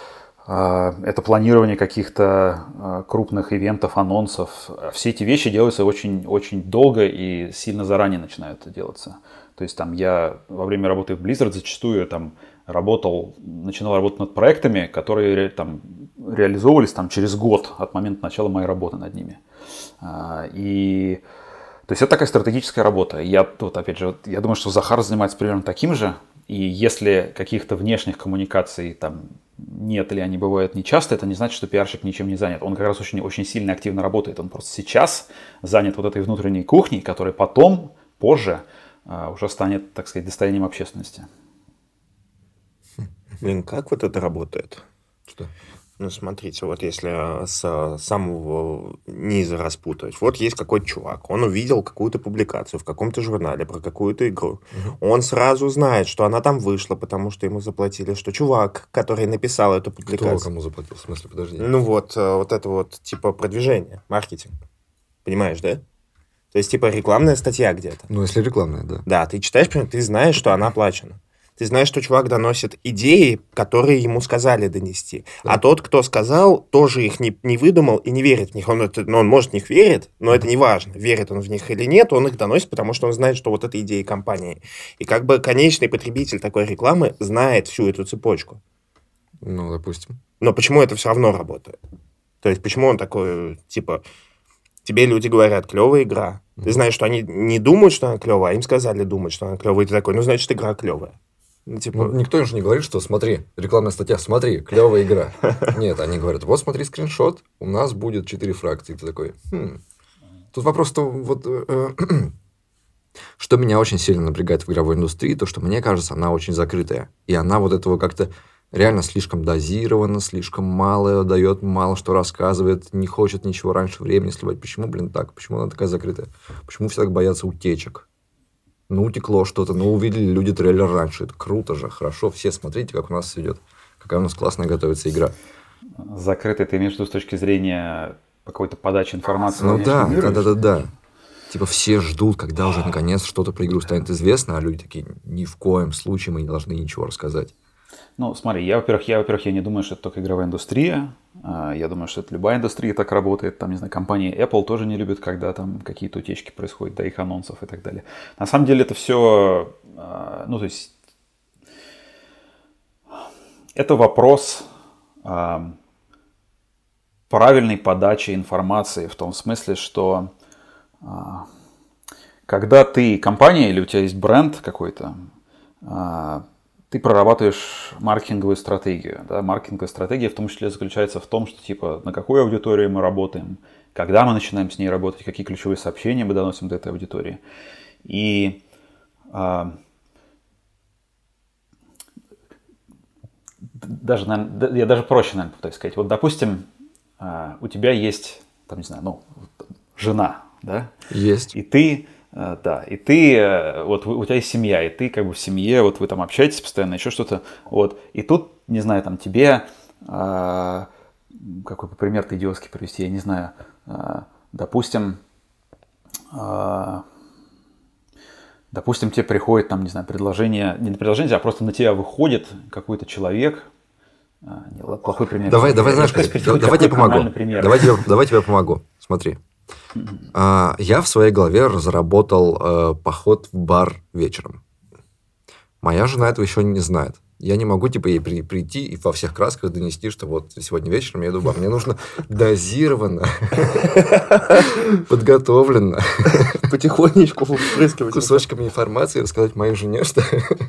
Это планирование каких-то крупных ивентов, анонсов. Все эти вещи делаются очень, очень долго и сильно заранее начинают делаться. То есть там я во время работы в Blizzard зачастую там работал, начинал работать над проектами, которые там реализовывались там через год от момента начала моей работы над ними. И то есть это такая стратегическая работа. Я тут, опять же, я думаю, что Захар занимается примерно таким же. И если каких-то внешних коммуникаций там нет или они бывают нечасто, это не значит, что пиарщик ничем не занят. Он как раз очень, очень сильно активно работает. Он просто сейчас занят вот этой внутренней кухней, которая потом, позже, уже станет, так сказать, достоянием общественности. Блин, как вот это работает? Что? Ну, смотрите, вот если с самого низа распутывать. Вот есть какой-то чувак, он увидел какую-то публикацию в каком-то журнале про какую-то игру. Угу. Он сразу знает, что она там вышла, потому что ему заплатили, что чувак, который написал эту публикацию... Кто кому заплатил? В смысле, подожди. Ну вот, вот это вот, типа, продвижение, маркетинг. Понимаешь, да? То есть, типа, рекламная статья где-то. Ну, если рекламная, да. Да, ты читаешь, ты знаешь, что она оплачена. Ты знаешь, что чувак доносит идеи, которые ему сказали донести. Да. А тот, кто сказал, тоже их не, не выдумал и не верит в них. Он, это, ну, он, может, в них верит, но это не важно, верит он в них или нет, он их доносит, потому что он знает, что вот это идеи компании. И как бы конечный потребитель такой рекламы знает всю эту цепочку. Ну, допустим. Но почему это все равно работает? То есть почему он такой, типа... Тебе люди говорят, клевая игра. Mm-hmm. Ты знаешь, что они не думают, что она клевая, а им сказали думать, что она клевая. И ты такой, ну, значит, игра клевая. Ну, типа... ну, никто же не говорит, что смотри, рекламная статья, смотри, клевая игра. Нет, они говорят, вот смотри скриншот, у нас будет четыре фракции. Ты такой, хм. Тут вопрос-то вот... Э, что меня очень сильно напрягает в игровой индустрии, то, что мне кажется, она очень закрытая. И она вот этого как-то... реально слишком дозировано, слишком мало дает, мало что рассказывает, не хочет ничего раньше времени сливать. Почему, блин, так? Почему она такая закрытая? Почему все так боятся утечек? Ну, утекло что-то, ну, увидели люди трейлер раньше. Это круто же, хорошо. Все смотрите, как у нас идет. Какая у нас классная готовится игра. Закрытая, ты имеешь в виду с точки зрения какой-то подачи информации? Ну да, да, да, да, да. Типа все ждут, когда уже наконец что-то про игру станет известно, а люди такие, ни в коем случае мы не должны ничего рассказать. Ну, смотри, я, во-первых, я, во-первых, я не думаю, что это только игровая индустрия. Я думаю, что это любая индустрия так работает. Там, не знаю, компания Apple тоже не любит, когда там какие-то утечки происходят до их анонсов и так далее. На самом деле это все, ну, то есть, это вопрос правильной подачи информации в том смысле, что когда ты компания или у тебя есть бренд какой-то, ты прорабатываешь маркетинговую стратегию. Да? Маркетинговая стратегия в том числе заключается в том, что типа на какой аудитории мы работаем, когда мы начинаем с ней работать, какие ключевые сообщения мы доносим до этой аудитории. И а, даже, наверное, я даже проще, наверное, пытаюсь сказать. Вот, допустим, а, у тебя есть, там, не знаю, ну, жена, да? Есть. И ты... Да, и ты, вот у тебя есть семья, и ты как бы в семье, вот вы там общаетесь постоянно, еще что-то, вот, и тут, не знаю, там тебе, а, какой бы пример ты идиотский привести, я не знаю, а, допустим, а, допустим, тебе приходит там, не знаю, предложение, не предложение, а просто на тебя выходит какой-то человек, а, не, плохой пример. Давай, давай, знаешь, давай тебе помогу, давай тебе, давай тебе помогу, смотри. Uh, я в своей голове разработал uh, поход в бар вечером. Моя жена этого еще не знает. Я не могу типа ей при, прийти и во всех красках донести, что вот сегодня вечером я иду в бар. Мне нужно дозированно, подготовленно, потихонечку впрыскивать кусочками информации рассказать моей жене, что...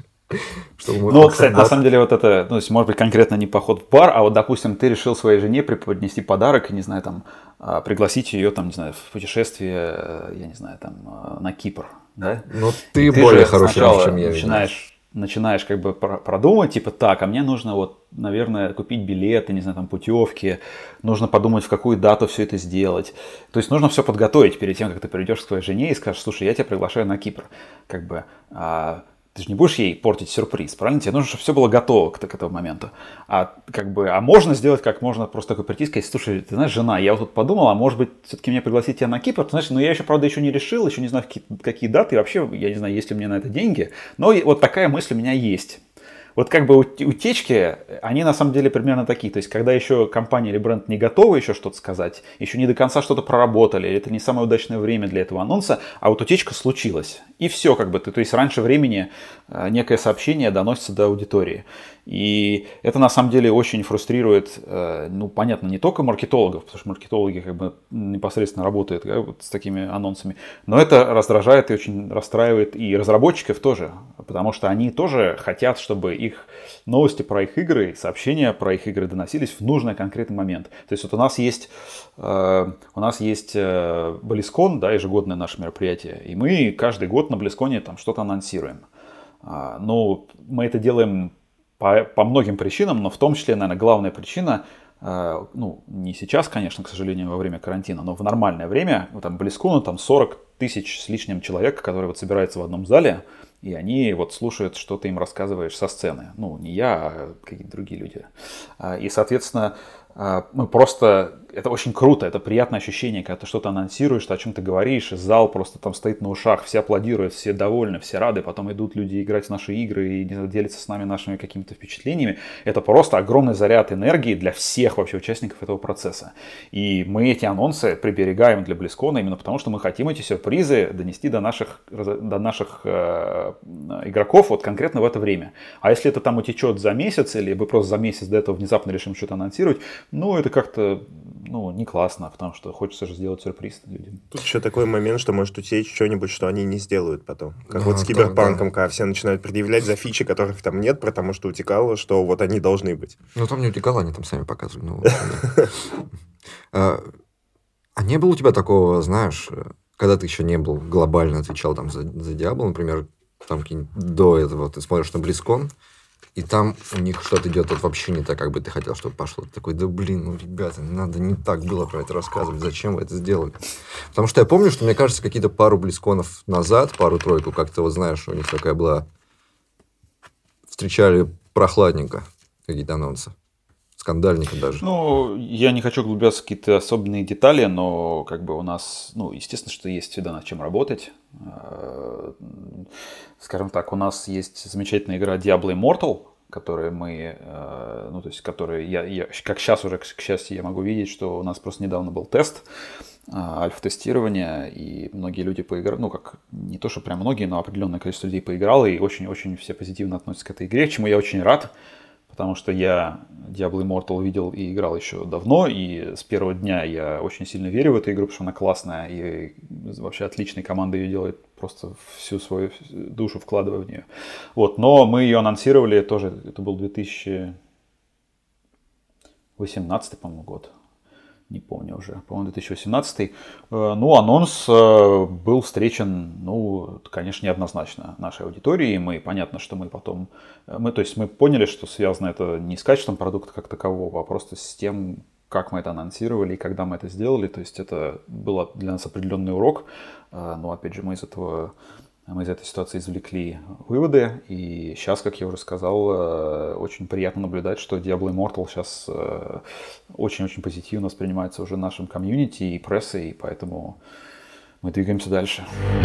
Ну, кстати, на самом деле, вот это, ну, может быть, конкретно не поход в бар, а вот, допустим, ты решил своей жене преподнести подарок, и, не знаю, там, пригласить ее, там, не знаю, в путешествие, я не знаю, там, на Кипр, да? Ну, ты, ты более хороший, чем я. Начинаешь, начинаешь как бы продумать, типа, так, а мне нужно вот, наверное, купить билеты, не знаю, там, путевки, нужно подумать, в какую дату все это сделать. То есть нужно все подготовить перед тем, как ты придешь к своей жене и скажешь, слушай, я тебя приглашаю на Кипр, как бы... Ты же не будешь ей портить сюрприз, правильно? Тебе нужно, чтобы все было готово к, к этому моменту. А, как бы, а можно сделать, как можно просто такой прийти и сказать, слушай, ты знаешь, жена, я вот тут подумал, а может быть, все-таки мне пригласить тебя на Кипр? Ты знаешь, ну я еще, правда, еще не решил, еще не знаю, какие, какие даты, и вообще, я не знаю, есть ли у меня на это деньги, но вот такая мысль у меня есть. Вот как бы утечки, они на самом деле примерно такие. То есть, когда еще компания или бренд не готовы еще что-то сказать, еще не до конца что-то проработали, это не самое удачное время для этого анонса, а вот утечка случилась. И все, как бы, то есть, раньше времени некое сообщение доносится до аудитории. И это на самом деле очень фрустрирует, ну, понятно, не только маркетологов, потому что маркетологи как бы непосредственно работают, да, вот с такими анонсами, но это раздражает и очень расстраивает и разработчиков тоже, потому что они тоже хотят, чтобы их новости про их игры, сообщения про их игры доносились в нужный конкретный момент. То есть вот у нас есть, э, у нас есть э, BlizzCon, да, ежегодное наше мероприятие, и мы каждый год на BlizzCon там что-то анонсируем. А, но мы это делаем По, по многим причинам, но в том числе, наверное, главная причина ну, не сейчас, конечно, к сожалению, во время карантина, но в нормальное время, там, BlizzCon, там сорок тысяч с лишним человек, которые вот собираются в одном зале, и они вот слушают, что ты им рассказываешь со сцены. Ну, не я, а какие-то другие люди. И, соответственно, мы просто... Это очень круто, это приятное ощущение, когда ты что-то анонсируешь, о чем ты говоришь, зал просто там стоит на ушах, все аплодируют, все довольны, все рады, потом идут люди играть в наши игры и делятся с нами нашими какими-то впечатлениями. Это просто огромный заряд энергии для всех вообще участников этого процесса. И мы эти анонсы приберегаем для BlizzCon именно потому, что мы хотим эти сюрпризы донести до наших, до наших э, игроков вот конкретно в это время. А если это там утечет за месяц, или мы просто за месяц до этого внезапно решим что-то анонсировать, ну, это как-то... ну, не классно, потому что хочется же сделать сюрприз людям. Тут еще такой момент, что может утечь что-нибудь, что они не сделают потом. Как ну, вот с Киберпанком, да. Когда все начинают предъявлять за фичи, которых там нет, потому что утекало, что вот они должны быть. Ну, там не утекало, они там сами показывали. А не было у тебя такого, знаешь, когда ты еще не был глобально отвечал там за Diablo, например, там до этого ты смотришь на BlizzCon, и там у них что-то идет вот вообще не так, как бы ты хотел, чтобы пошло. Ты такой, да блин, ну, ребята, не надо не так было про это рассказывать. Зачем вы это сделали? Потому что я помню, что, мне кажется, какие-то пару близконов назад, пару-тройку, как-то, вот знаешь, у них такая была... Встречали прохладненько какие-то анонсы. Скандальненько даже. Ну, я не хочу углубляться в какие-то особенные детали, но как бы у нас, ну, естественно, что есть всегда над чем работать. Скажем так, у нас есть замечательная игра Diablo Immortal, которую мы, ну, то есть, которую я, я, как сейчас уже, к счастью, я могу видеть, что у нас просто недавно был тест, альфа-тестирование, и многие люди поиграли, ну, как, не то, что прям многие, но определенное количество людей поиграло, и очень-очень все позитивно относятся к этой игре, чему я очень рад, потому что я Diablo Immortal видел и играл еще давно, и с первого дня я очень сильно верю в эту игру, потому что она классная, и вообще отличная команда ее делает, просто всю свою душу вкладывая в нее. Вот, но мы ее анонсировали тоже, это был две тысячи восемнадцатый, по-моему, год. Не помню уже, по-моему, две тысячи восемнадцатый. Ну, анонс был встречен, ну, конечно, неоднозначно нашей аудитории. Мы, понятно, что мы потом... Мы, то есть мы поняли, что связано это не с качеством продукта как такового, а просто с тем, как мы это анонсировали и когда мы это сделали. То есть это был для нас определенный урок. Но, опять же, мы из этого... Мы из этой ситуации извлекли выводы, и сейчас, как я уже сказал, очень приятно наблюдать, что Diablo Immortal сейчас очень-очень позитивно воспринимается уже нашим комьюнити и прессой, и поэтому мы двигаемся дальше.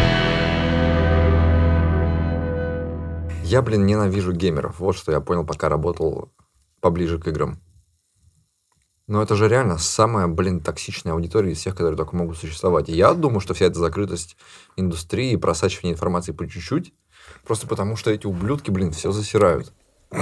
Я, блин, ненавижу геймеров. Вот что я понял, пока работал поближе к играм. Но это же реально самая, блин, токсичная аудитория из всех, которые только могут существовать. И я думаю, что вся эта закрытость индустрии и просачивание информации по чуть-чуть, просто потому что эти ублюдки, блин, все засирают.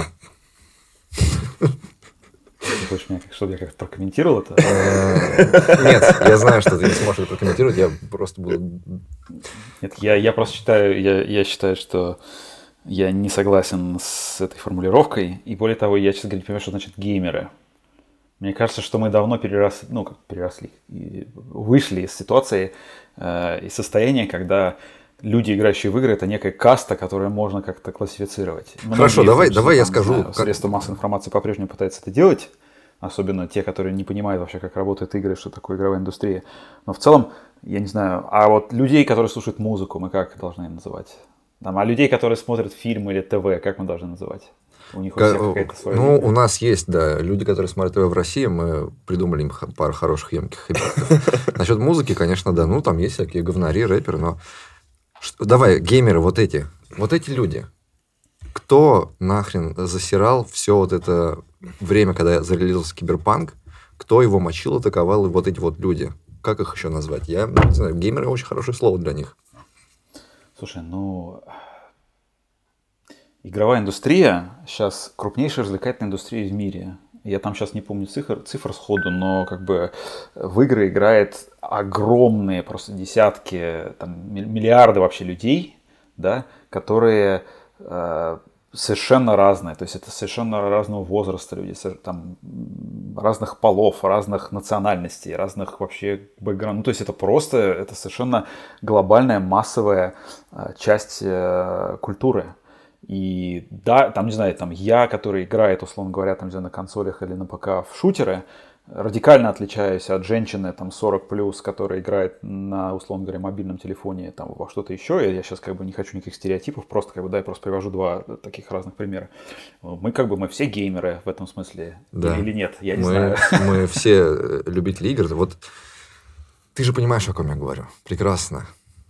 Ты хочешь меня, чтобы я как-то прокомментировал это? Нет, я знаю, что ты не сможешь это прокомментировать, я просто буду... Нет, я просто считаю, я считаю, что я не согласен с этой формулировкой. И более того, я, честно говоря, не понимаю, что значит геймеры. Мне кажется, что мы давно переросли, ну, как переросли, и вышли из ситуации, э, из состояния, когда люди, играющие в игры, это некая каста, которую можно как-то классифицировать. Хорошо, многие, давай, давай я скажу. Знаю, как... Средства массовой информации по-прежнему пытаются это делать, особенно те, которые не понимают вообще, как работают игры, что такое игровая индустрия. Но в целом, я не знаю, а вот людей, которые слушают музыку, мы как должны называть? Там, а людей, которые смотрят фильмы или ТВ, как мы должны называть? У них у всех какая-то своя... Ну, у нас есть, да, люди, которые смотрят ТВ в России, мы придумали им пару хороших емких эпитетов. Насчет музыки, конечно, да, ну, там есть всякие говнари, рэперы, но... Давай, геймеры вот эти, вот эти люди. Кто нахрен засирал все вот это время, когда зарелизился Киберпанк? Кто его мочил, атаковал, и вот эти вот люди? Как их еще назвать? Я не знаю, геймеры очень хорошее слово для них. Слушай, ну... Игровая индустрия сейчас крупнейшая развлекательная индустрия в мире. Я там сейчас не помню цифр, цифр сходу, но как бы в игры играет огромные просто десятки, там, миллиарды вообще людей, да, которые э, совершенно разные. То есть это совершенно разного возраста люди, там, разных полов, разных национальностей, разных вообще бэкграундов. Ну, то есть это просто, это совершенно глобальная массовая э, часть э, культуры. И да, там, не знаю, там я, который играет, условно говоря, там, не знаю, на консолях или на ПК в шутеры, радикально отличаюсь от женщины там сорок плюс, которая играет на, условно говоря, мобильном телефоне там во что-то еще. И я сейчас как бы не хочу никаких стереотипов, просто как бы, да, я просто привожу два таких разных примера. Мы как бы, мы все геймеры в этом смысле. Да. Или, или нет, я не мы, знаю. Мы все любители игр. Вот ты же понимаешь, о ком я говорю. Прекрасно.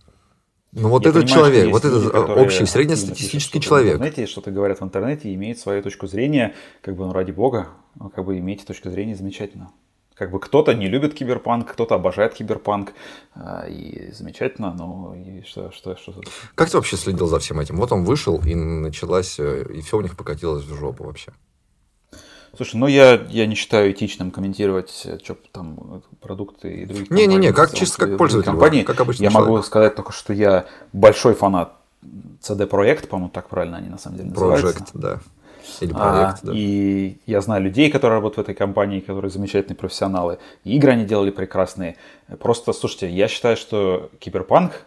Ну вот я этот понимаю, человек, вот люди, этот общий среднестатистический человек. В интернете, что-то говорят в интернете, имеет свою точку зрения, как бы, ну, ради бога, как бы имейте точку зрения, замечательно. Как бы кто-то не любит киберпанк, кто-то обожает киберпанк, и замечательно, но и что, что, что... Как ты вообще следил за всем этим? Вот он вышел, и началась, и все у них покатилось в жопу вообще. Слушай, ну я, я не считаю этичным комментировать, что там продукты и другие компании. Не-не-не, как чисто как пользователь, компании. Как обычно я человек. Могу сказать только, что я большой фанат си ди Projekt, по-моему, так правильно они на самом деле называются. Project, да. Или проект, а, да. И я знаю людей, которые работают в этой компании, которые замечательные профессионалы. И игры они делали прекрасные. Просто, слушайте, я считаю, что Киберпанк,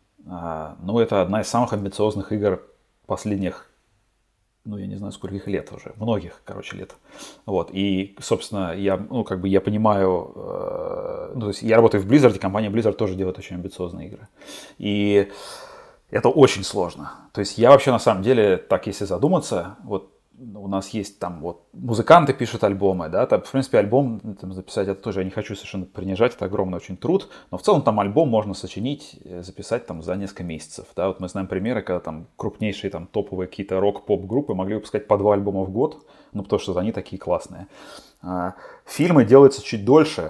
а, ну, это одна из самых амбициозных игр последних, ну, я не знаю, скольких лет уже, многих, короче, лет. Вот, и, собственно, я, ну, как бы я понимаю, э, ну, то есть я работаю в Blizzard, и компания Blizzard тоже делает очень амбициозные игры. И это очень сложно. То есть я вообще, на самом деле, так, если задуматься, вот, у нас есть там вот музыканты пишут альбомы, да, там, в принципе, альбом там, записать, это тоже, я не хочу совершенно принижать, это огромный очень труд, но в целом там альбом можно сочинить, записать там за несколько месяцев, да, вот мы знаем примеры, когда там крупнейшие там топовые какие-то рок-поп-группы могли выпускать по два альбома в год, ну, потому что они такие классные. Фильмы делаются чуть дольше.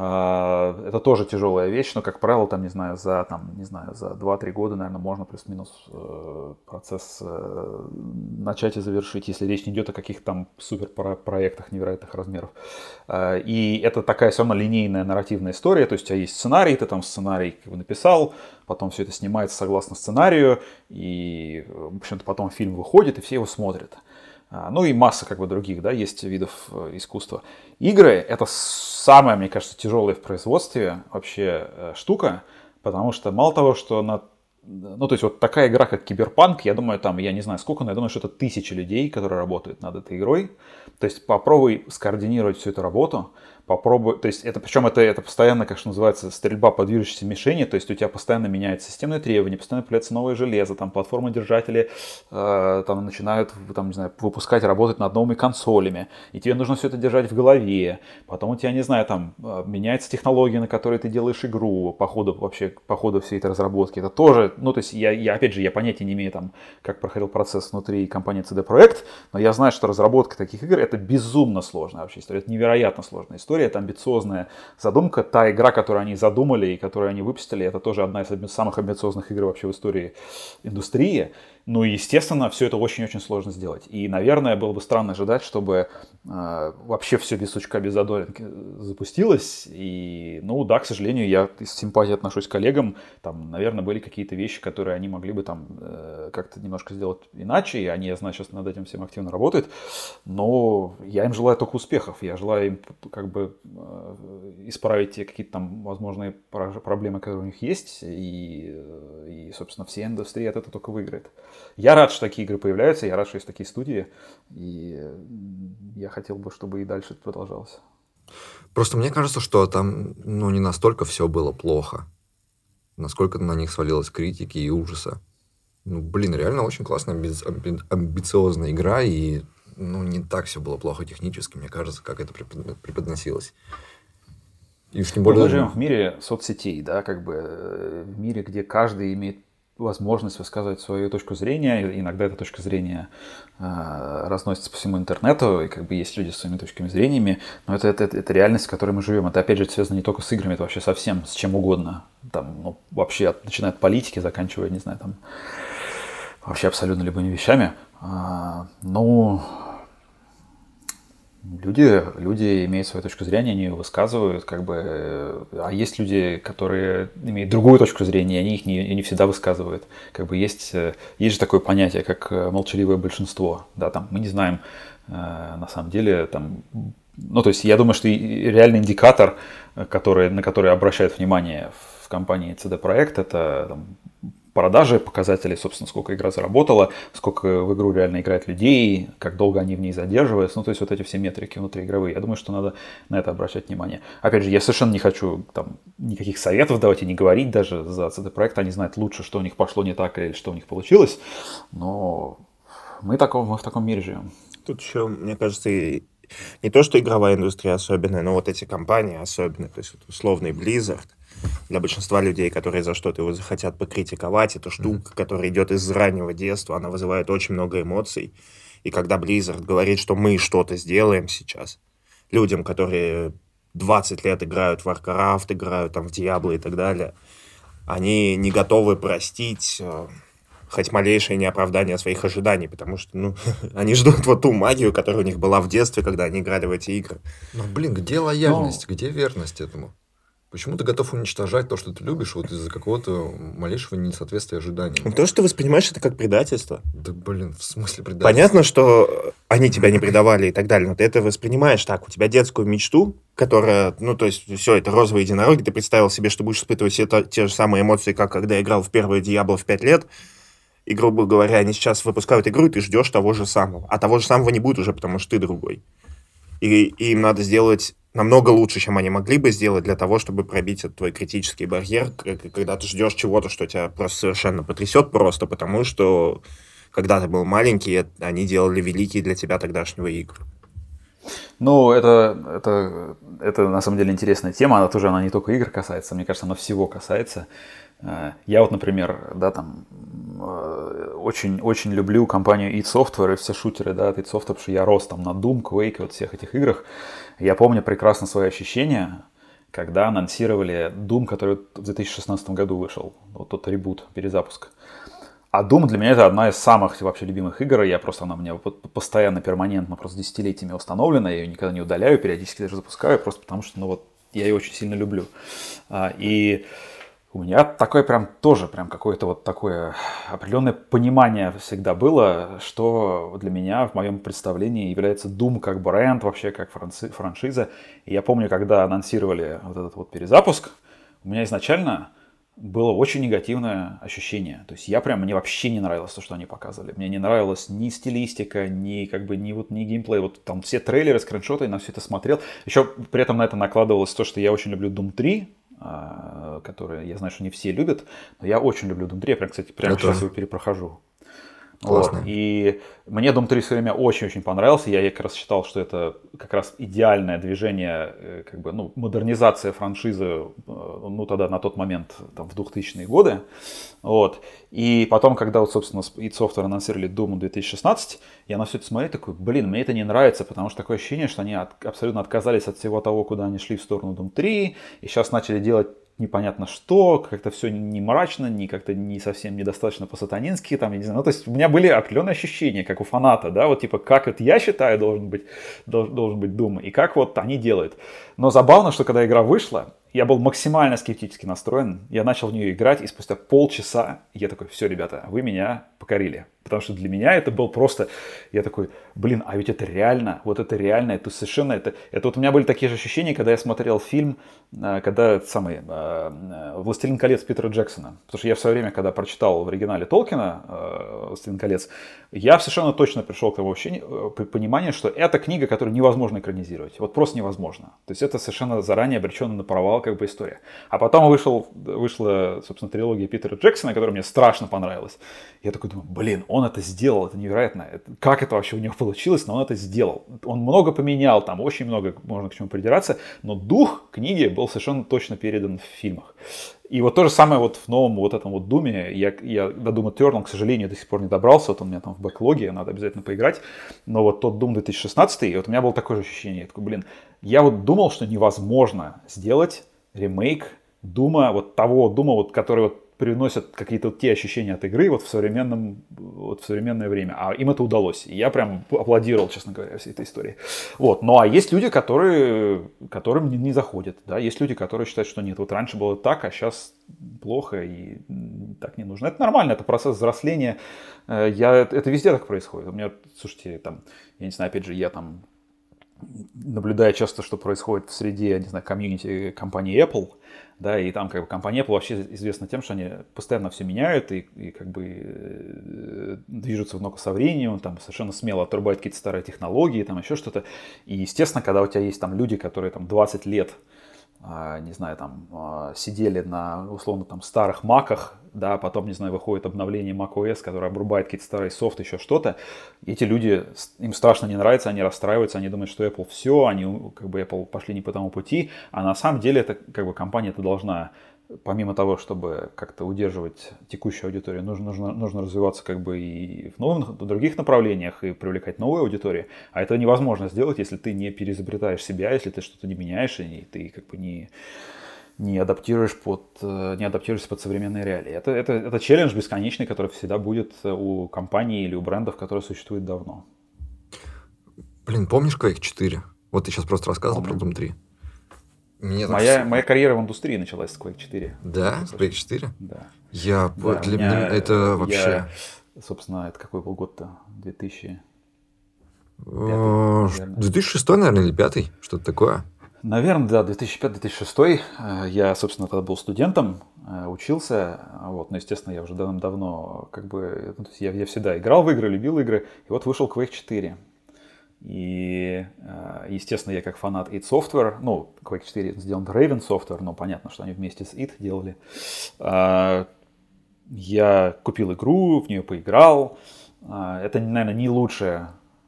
Это тоже тяжелая вещь, но, как правило, там, не знаю, за, там, не знаю, за два-три года, наверное, можно плюс-минус э, процесс э, начать и завершить, если речь не идет о каких-то там суперпроектах невероятных размеров. Э, и это такая все равно линейная нарративная история, то есть у тебя есть сценарий, ты там сценарий как бы написал, потом все это снимается согласно сценарию, и, в общем-то, потом фильм выходит, и все его смотрят. Ну и масса как бы других, да, есть видов искусства. Игры — это самая, мне кажется, тяжелая в производстве вообще штука, потому что мало того, что на... Ну, то есть вот такая игра, как Киберпанк, я думаю, там, я не знаю сколько, но я думаю, что это тысячи людей, которые работают над этой игрой. То есть попробуй скоординировать всю эту работу, попробуй, то есть это, причем это, это постоянно, как что называется, стрельба по движущейся мишени, то есть у тебя постоянно меняются системные требования, постоянно появляется новое железо, там платформы-держатели э, там начинают, там, не знаю, выпускать, работать над новыми консолями, и тебе нужно все это держать в голове, потом у тебя, не знаю, там меняется технология, на которой ты делаешь игру, по ходу вообще, по ходу всей этой разработки, это тоже, ну, то есть я, я опять же, я понятия не имею, там, как проходил процесс внутри компании си ди Projekt, но я знаю, что разработка таких игр — это безумно сложная вообще история, это невероятно сложная история. Это амбициозная задумка. Та игра, которую они задумали и которую они выпустили, это тоже одна из самых амбициозных игр вообще в истории индустрии. Ну и, естественно, все это очень-очень сложно сделать. И, наверное, было бы странно ожидать, чтобы э, вообще все без сучка, без задоринки запустилось. И, ну да, к сожалению, я с симпатией отношусь к коллегам. Там, наверное, были какие-то вещи, которые они могли бы там э, как-то немножко сделать иначе. И они, я знаю, сейчас над этим всем активно работают. Но я им желаю только успехов. Я желаю им как бы э, исправить те какие-то там возможные проблемы, которые у них есть. И, и собственно, вся индустрия от этого только выиграет. Я рад, что такие игры появляются, я рад, что есть такие студии, и я хотел бы, чтобы и дальше это продолжалось. Просто мне кажется, что там, ну, не настолько все было плохо, насколько на них свалилась критики и ужаса. Ну, блин, реально очень классная, амби- амби- амбициозная игра, и, ну, не так все было плохо технически, мне кажется, как это преподносилось. И уж тем более... Мы живем в мире соцсетей, да, как бы в мире, где каждый имеет возможность высказывать свою точку зрения. Иногда эта точка зрения э, разносится по всему интернету, и как бы есть люди с своими точками зрения, но это, это, это реальность, в которой мы живем. Это, опять же, связано не только с играми, это вообще совсем с чем угодно. Там, ну, вообще, от, начиная от политики, заканчивая, не знаю, там, вообще абсолютно любыми вещами. А, ну... Люди, люди имеют свою точку зрения, они ее высказывают, как бы, а есть люди, которые имеют другую точку зрения, они их не, не всегда высказывают. Как бы есть, есть же такое понятие, как молчаливое большинство. Да, там, мы не знаем, на самом деле, там, ну, то есть я думаю, что реальный индикатор, который, на который обращают внимание в компании си ди Projekt, это там, продажи, показатели, собственно, сколько игра заработала, сколько в игру реально играет людей, как долго они в ней задерживаются. Ну, то есть вот эти все метрики внутриигровые. Я думаю, что надо на это обращать внимание. Опять же, я совершенно не хочу там никаких советов давать и не говорить даже за си ди-Projekt. Они знают лучше, что у них пошло не так или что у них получилось. Но мы, таком, мы в таком мире живем. Тут еще, мне кажется, и не то, что игровая индустрия особенная, но вот эти компании особенные, то есть вот условный Blizzard, для большинства людей, которые за что-то его захотят покритиковать, это штука, mm-hmm. которая идет из раннего детства, она вызывает очень много эмоций, и когда Blizzard говорит, что мы что-то сделаем сейчас, людям, которые двадцать лет играют в Warcraft, играют там в Diablo и так далее, они не готовы простить хоть малейшее неоправдание своих ожиданий, потому что, ну, они ждут вот ту магию, которая у них была в детстве, когда они играли в эти игры. Ну, блин, где лояльность, Но... где верность этому? Почему ты готов уничтожать то, что ты любишь, вот из-за какого-то малейшего несоответствия ожиданиям? То, что ты воспринимаешь это как предательство. Да, блин, в смысле предательство? Понятно, что они тебя не предавали и так далее, но ты это воспринимаешь так. У тебя детскую мечту, которая, ну, то есть, все, это розовые единороги, ты представил себе, что будешь испытывать все то, те же самые эмоции, как когда играл в первое Diablo в пять лет, и, грубо говоря, они сейчас выпускают игру, и ты ждешь того же самого. А того же самого не будет уже, потому что ты другой. И, и им надо сделать намного лучше, чем они могли бы сделать для того, чтобы пробить этот твой критический барьер, когда ты ждешь чего-то, что тебя просто совершенно потрясет, просто потому что, когда ты был маленький, они делали великие для тебя тогдашнего игры. Ну, это, это, это на самом деле интересная тема, она тоже, она не только игр касается, мне кажется, она всего касается. Я вот, например, да, там, очень, очень люблю компанию id Software и все шутеры, да, от id Software, потому что я рос там на Doom, Quake, вот всех этих играх. Я помню прекрасно свои ощущения, когда анонсировали Doom, который в две тысячи шестнадцатом году вышел, вот тот ребут, перезапуск. А Doom для меня это одна из самых вообще любимых игр, я просто, она у меня постоянно, перманентно, просто десятилетиями установлена, я ее никогда не удаляю, периодически даже запускаю, просто потому что, ну вот, я ее очень сильно люблю. И у меня такое прям тоже, прям какое-то вот такое определенное понимание всегда было, что для меня в моем представлении является Doom как бренд, вообще как франшиза. И я помню, когда анонсировали вот этот вот перезапуск, у меня изначально было очень негативное ощущение. То есть я прям, мне вообще не нравилось то, что они показывали. Мне не нравилась ни стилистика, ни как бы, ни вот, ни геймплей. Вот там все трейлеры, скриншоты, я на все это смотрел. Еще при этом на это накладывалось то, что я очень люблю Doom три, который, я знаю, что не все любят, но я очень люблю Doom три, я прям, кстати, прямо сейчас его перепрохожу. Вот. И мне Doom три все время очень-очень понравился, я как раз считал, что это как раз идеальное движение, как бы, ну, модернизация франшизы, ну, тогда на тот момент, там, в двухтысячные годы. Вот. И потом, когда, вот, собственно, id Software анонсировали Doom две тысячи шестнадцать, я на все это смотрел, такой, блин, мне это не нравится, потому что такое ощущение, что они от, абсолютно отказались от всего того, куда они шли в сторону Doom три, и сейчас начали делать непонятно что, как-то все не мрачно, не как-то не совсем недостаточно по-сатанински, там, я не знаю, ну, то есть у меня были определенные ощущения, как у фаната, да, вот типа, как вот я считаю должен быть, должен, должен быть Doom, и как вот они делают. Но забавно, что когда игра вышла, я был максимально скептически настроен, я начал в нее играть, и спустя полчаса я такой, все, ребята, вы меня покорили. Потому что для меня это был просто, я такой, блин, а ведь это реально, вот это реально, это совершенно, это, это вот у меня были такие же ощущения, когда я смотрел фильм, когда самый «Властелин колец» Питера Джексона. Потому что я в свое время, когда прочитал в оригинале Толкина «Властелин колец», я совершенно точно пришел к тому ощущению, пониманию, что это книга, которую невозможно экранизировать. Вот просто невозможно. То есть это совершенно заранее обреченная на провал как бы история. А потом вышел, вышла, собственно, трилогия Питера Джексона, которая мне страшно понравилась. Я такой думаю, блин, он это сделал, это невероятно. Как это вообще у него получилось, но он это сделал. Он много поменял, там очень много можно к чему придираться, но дух книги был совершенно точно передан в фильмах. И вот то же самое вот в новом вот этом вот Думе. Я, я до Doom Eternal, к сожалению, до сих пор не добрался. Вот он у меня там в бэклоге, надо обязательно поиграть. Но вот тот Doom две тысячи шестнадцатый, вот у меня было такое же ощущение. Я такой, блин, я вот думал, что невозможно сделать ремейк Дума, вот того Дума, вот, который вот приносят какие-то вот те ощущения от игры вот в, современном, вот в современное время. А им это удалось. И я прям аплодировал, честно говоря, всей этой истории. Вот. Ну, а есть люди, которые, которым не, не заходят. Да? Есть люди, которые считают, что нет, вот раньше было так, а сейчас плохо и так не нужно. Это нормально, это процесс взросления. Я, это везде так происходит. У меня, слушайте, там, я не знаю, опять же, я там наблюдая часто, что происходит в среде, не знаю, комьюнити компании Apple, да, и там как бы компания Apple вообще известна тем, что они постоянно все меняют и, и как бы э, движутся в ногу со временем, там совершенно смело отрубают какие-то старые технологии, там еще что-то. И, естественно, когда у тебя есть там люди, которые там двадцать лет, э, не знаю, там э, сидели на, условно, там старых маках, да, потом, не знаю, выходит обновление macOS, которое обрубает какие-то старые софты, еще что-то. И эти люди, им страшно не нравится, они расстраиваются, они думают, что Apple все, они, как бы, Apple пошли не по тому пути. А на самом деле, это, как бы, компания это должна, помимо того, чтобы как-то удерживать текущую аудиторию, нужно, нужно, нужно развиваться, как бы, и в новых, в других направлениях, и привлекать новую аудиторию. А это невозможно сделать, если ты не переизобретаешь себя, если ты что-то не меняешь, и ты, как бы, не... не адаптируешь под, не адаптируешься под современные реалии. Это, это, это челлендж бесконечный, который всегда будет у компаний или у брендов, которые существуют давно. Блин, помнишь Quake четыре? Вот ты сейчас просто рассказывал Помню. про Doom три. Мне моя, все... моя карьера в индустрии началась с Quake четыре. Да? С Quake четыре? Да. Я... Да, для меня это вообще... Я, собственно, это какой был год-то? две тысячи пятый, две тысячи шестой, наверное, или пятый? Что-то такое. Наверное, да, две тысячи пятый - две тысячи шестой. Я, собственно, тогда был студентом, учился, вот, но, естественно, я уже давно, как бы, ну, то есть я, я всегда играл в игры, любил игры, и вот вышел Quake четыре. И, естественно, я как фанат id Software, ну, Quake четыре сделан Raven Software, но понятно, что они вместе с id делали. Я купил игру, в нее поиграл. Это, наверное, не лучшая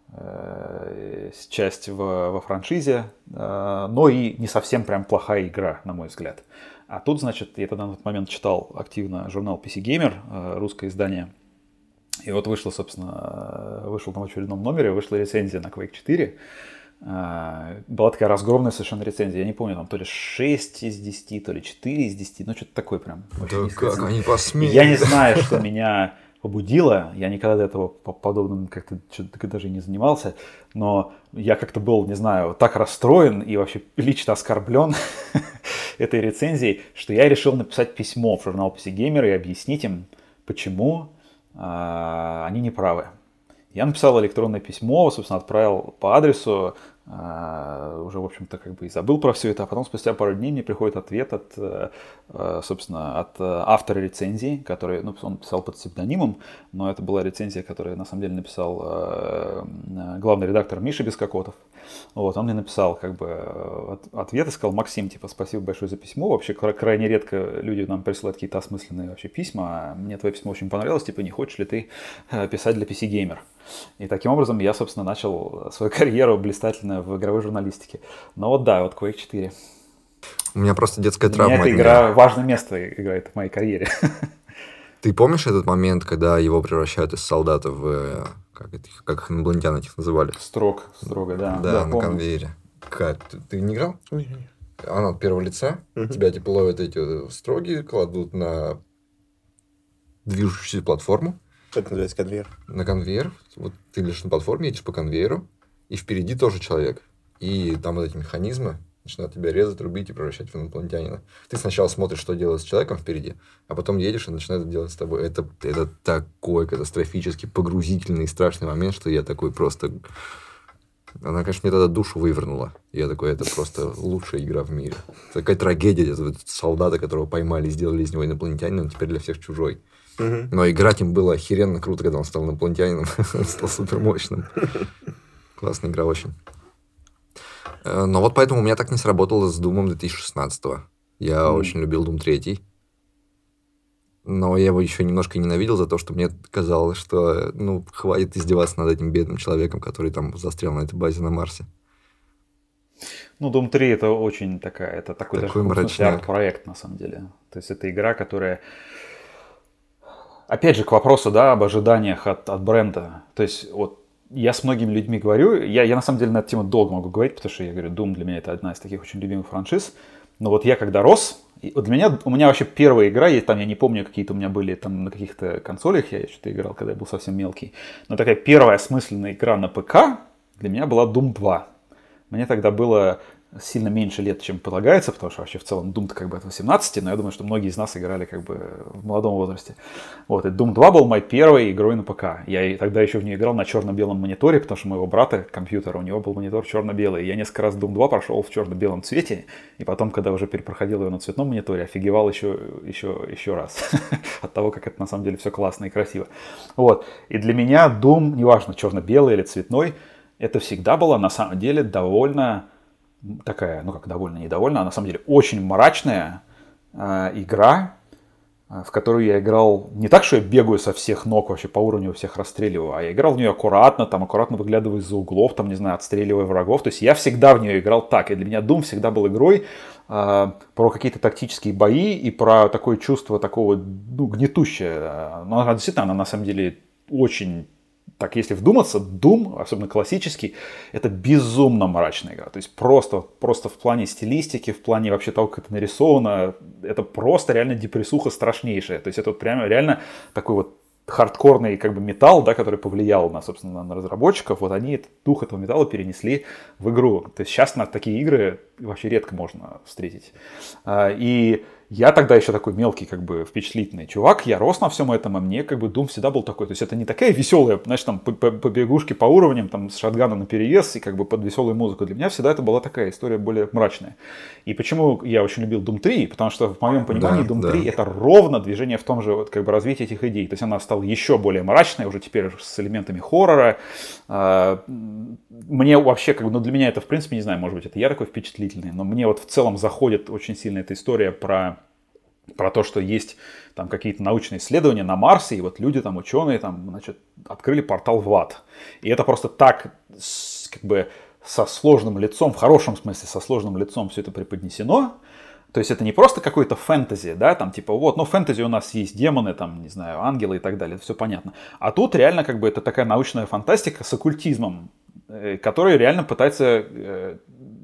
часть в, во франшизе, но и не совсем прям плохая игра, на мой взгляд. А тут, значит, я тогда на тот момент читал активно журнал пи си Gamer, русское издание, и вот вышло, собственно, вышел там в очередном номере, вышла рецензия на Quake четыре. Была такая разгромная совершенно рецензия, я не помню, там то ли шесть из десяти, то ли четыре из десяти, ну что-то такое прям. Да как они посмели? Я не знаю, что меня... побудило. Я никогда до этого подобным как-то даже не занимался, но я как-то был, не знаю, так расстроен и вообще лично оскорблен этой рецензией, что я решил написать письмо в журнал пи си Gamer и объяснить им, почему э, они не правы. Я написал электронное письмо, собственно, отправил по адресу, Uh, уже, в общем-то, как бы и забыл про все это, а потом спустя пару дней мне приходит ответ от, uh, собственно, от uh, автора рецензии, который, ну, он писал под псевдонимом, но это была рецензия, которую, на самом деле, написал uh, главный редактор Миша Бескокотов. Вот, он мне написал, как бы, от, ответ и сказал: Максим, типа, спасибо большое за письмо, вообще крайне редко люди нам присылают какие-то осмысленные вообще письма, мне твое письмо очень понравилось, типа, не хочешь ли ты писать для пи си Gamer? И таким образом я, собственно, начал свою карьеру блистательно в игровой журналистике. Но вот да, вот Quake четыре. У меня просто детская травма. Эта игра важное место играет в моей карьере. Ты помнишь этот момент, когда его превращают из солдата в... Как, это, как их инопланетян этих называли? Строг, строго, да. Да, да на помню. конвейере. Как? Ты, ты не играл? Не. Она от первого лица. Uh-huh. Тебя типа ловят эти строги, кладут на движущуюся платформу. Это называется конвейер. На конвейер. Вот ты лежишь на платформе, едешь по конвейеру, и впереди тоже человек. И там вот эти механизмы начинают тебя резать, рубить и превращать в инопланетянина. Ты сначала смотришь, что делать с человеком впереди, а потом едешь и начинают это делать с тобой. Это, это такой катастрофически погрузительный и страшный момент, что я такой просто... Она, конечно, мне тогда душу вывернула. Я такой, это просто лучшая игра в мире. Такая трагедия. Это вот солдата, которого поймали и сделали из него инопланетянина, он теперь для всех чужой. Uh-huh. Но играть им было охеренно круто, когда он стал инопланетянином. Он стал супермощным. Классная игра очень. Но вот поэтому у меня так не сработало с Думом две тысячи шестнадцатого. Я mm. очень любил Doom три. Но я его еще немножко ненавидел за то, что мне казалось, что ну, хватит издеваться над этим бедным человеком, который там застрял на этой базе на Марсе. Ну, Doom три это очень такая, это такой, такой даже арт-проект на самом деле. То есть это игра, которая... Опять же, к вопросу, да, об ожиданиях от, от бренда. То есть, вот я с многими людьми говорю, я, я на самом деле на эту тему долго могу говорить, потому что я говорю, Doom для меня это одна из таких очень любимых франшиз. Но вот я когда рос, вот для меня, у меня вообще первая игра, я, там, я не помню, какие-то у меня были там на каких-то консолях, я что-то играл, когда я был совсем мелкий. Но такая первая осмысленная игра на ПК для меня была Doom два. Мне тогда было сильно меньше лет, чем полагается, потому что вообще в целом Doom-то как бы от восемнадцати, но я думаю, что многие из нас играли как бы в молодом возрасте. Вот, и Doom два был моей первой игрой на ПК. Я и тогда еще в нее играл на черно-белом мониторе, потому что у моего брата компьютер, у него был монитор черно-белый. Я несколько раз Doom два прошел в черно-белом цвете, и потом, когда уже перепроходил его на цветном мониторе, офигевал еще, еще, еще раз от того, как это на самом деле все классно и красиво. Вот, и для меня Doom, неважно, черно-белый или цветной, это всегда было на самом деле довольно... такая, ну как, довольно недовольна, а на самом деле очень мрачная э, игра, э, в которую я играл не так, что я бегаю со всех ног, вообще по уровню всех расстреливаю, а я играл в нее аккуратно, там, аккуратно выглядывая из-за углов, там, не знаю, отстреливая врагов. То есть я всегда в нее играл так. И для меня Doom всегда был игрой э, про какие-то тактические бои и про такое чувство такого, ну, гнетущее. Но она, действительно, она на самом деле очень... Так, если вдуматься, Doom, особенно классический, это безумно мрачная игра. То есть просто, просто в плане стилистики, в плане вообще того, как это нарисовано, это просто реально депрессуха страшнейшая. То есть это вот прямо реально такой вот хардкорный как бы металл, да, который повлиял на, собственно, на разработчиков. Вот они этот дух этого металла перенесли в игру. То есть сейчас на такие игры вообще редко можно встретить. И я тогда еще такой мелкий, как бы, впечатлительный чувак, я рос на всем этом, и мне, как бы, Doom всегда был такой. То есть это не такая веселая, знаешь, там, побегушки по уровням, там, с шотгана наперевес и, как бы, под веселую музыку. Для меня всегда это была такая история более мрачная. И почему я очень любил Doom три? Потому что, в моем понимании, да, Doom да. три это ровно движение в том же, вот, как бы, развитии этих идей. То есть она стала еще более мрачной, уже теперь с элементами хоррора. Мне вообще, как бы, ну, для меня это, в принципе, не знаю, может быть, это я такой впечатлительный, но мне вот в целом заходит очень сильно эта история про... про то, что есть там какие-то научные исследования на Марсе, и вот люди там, ученые, там, значит, открыли портал в ад. И это просто так, как бы, со сложным лицом, в хорошем смысле, со сложным лицом все это преподнесено. То есть это не просто какой-то фэнтези, да, там, типа, вот, ну, фэнтези у нас есть демоны, там, не знаю, ангелы и так далее, это все понятно. А тут реально, как бы, это такая научная фантастика с оккультизмом, которая реально пытается...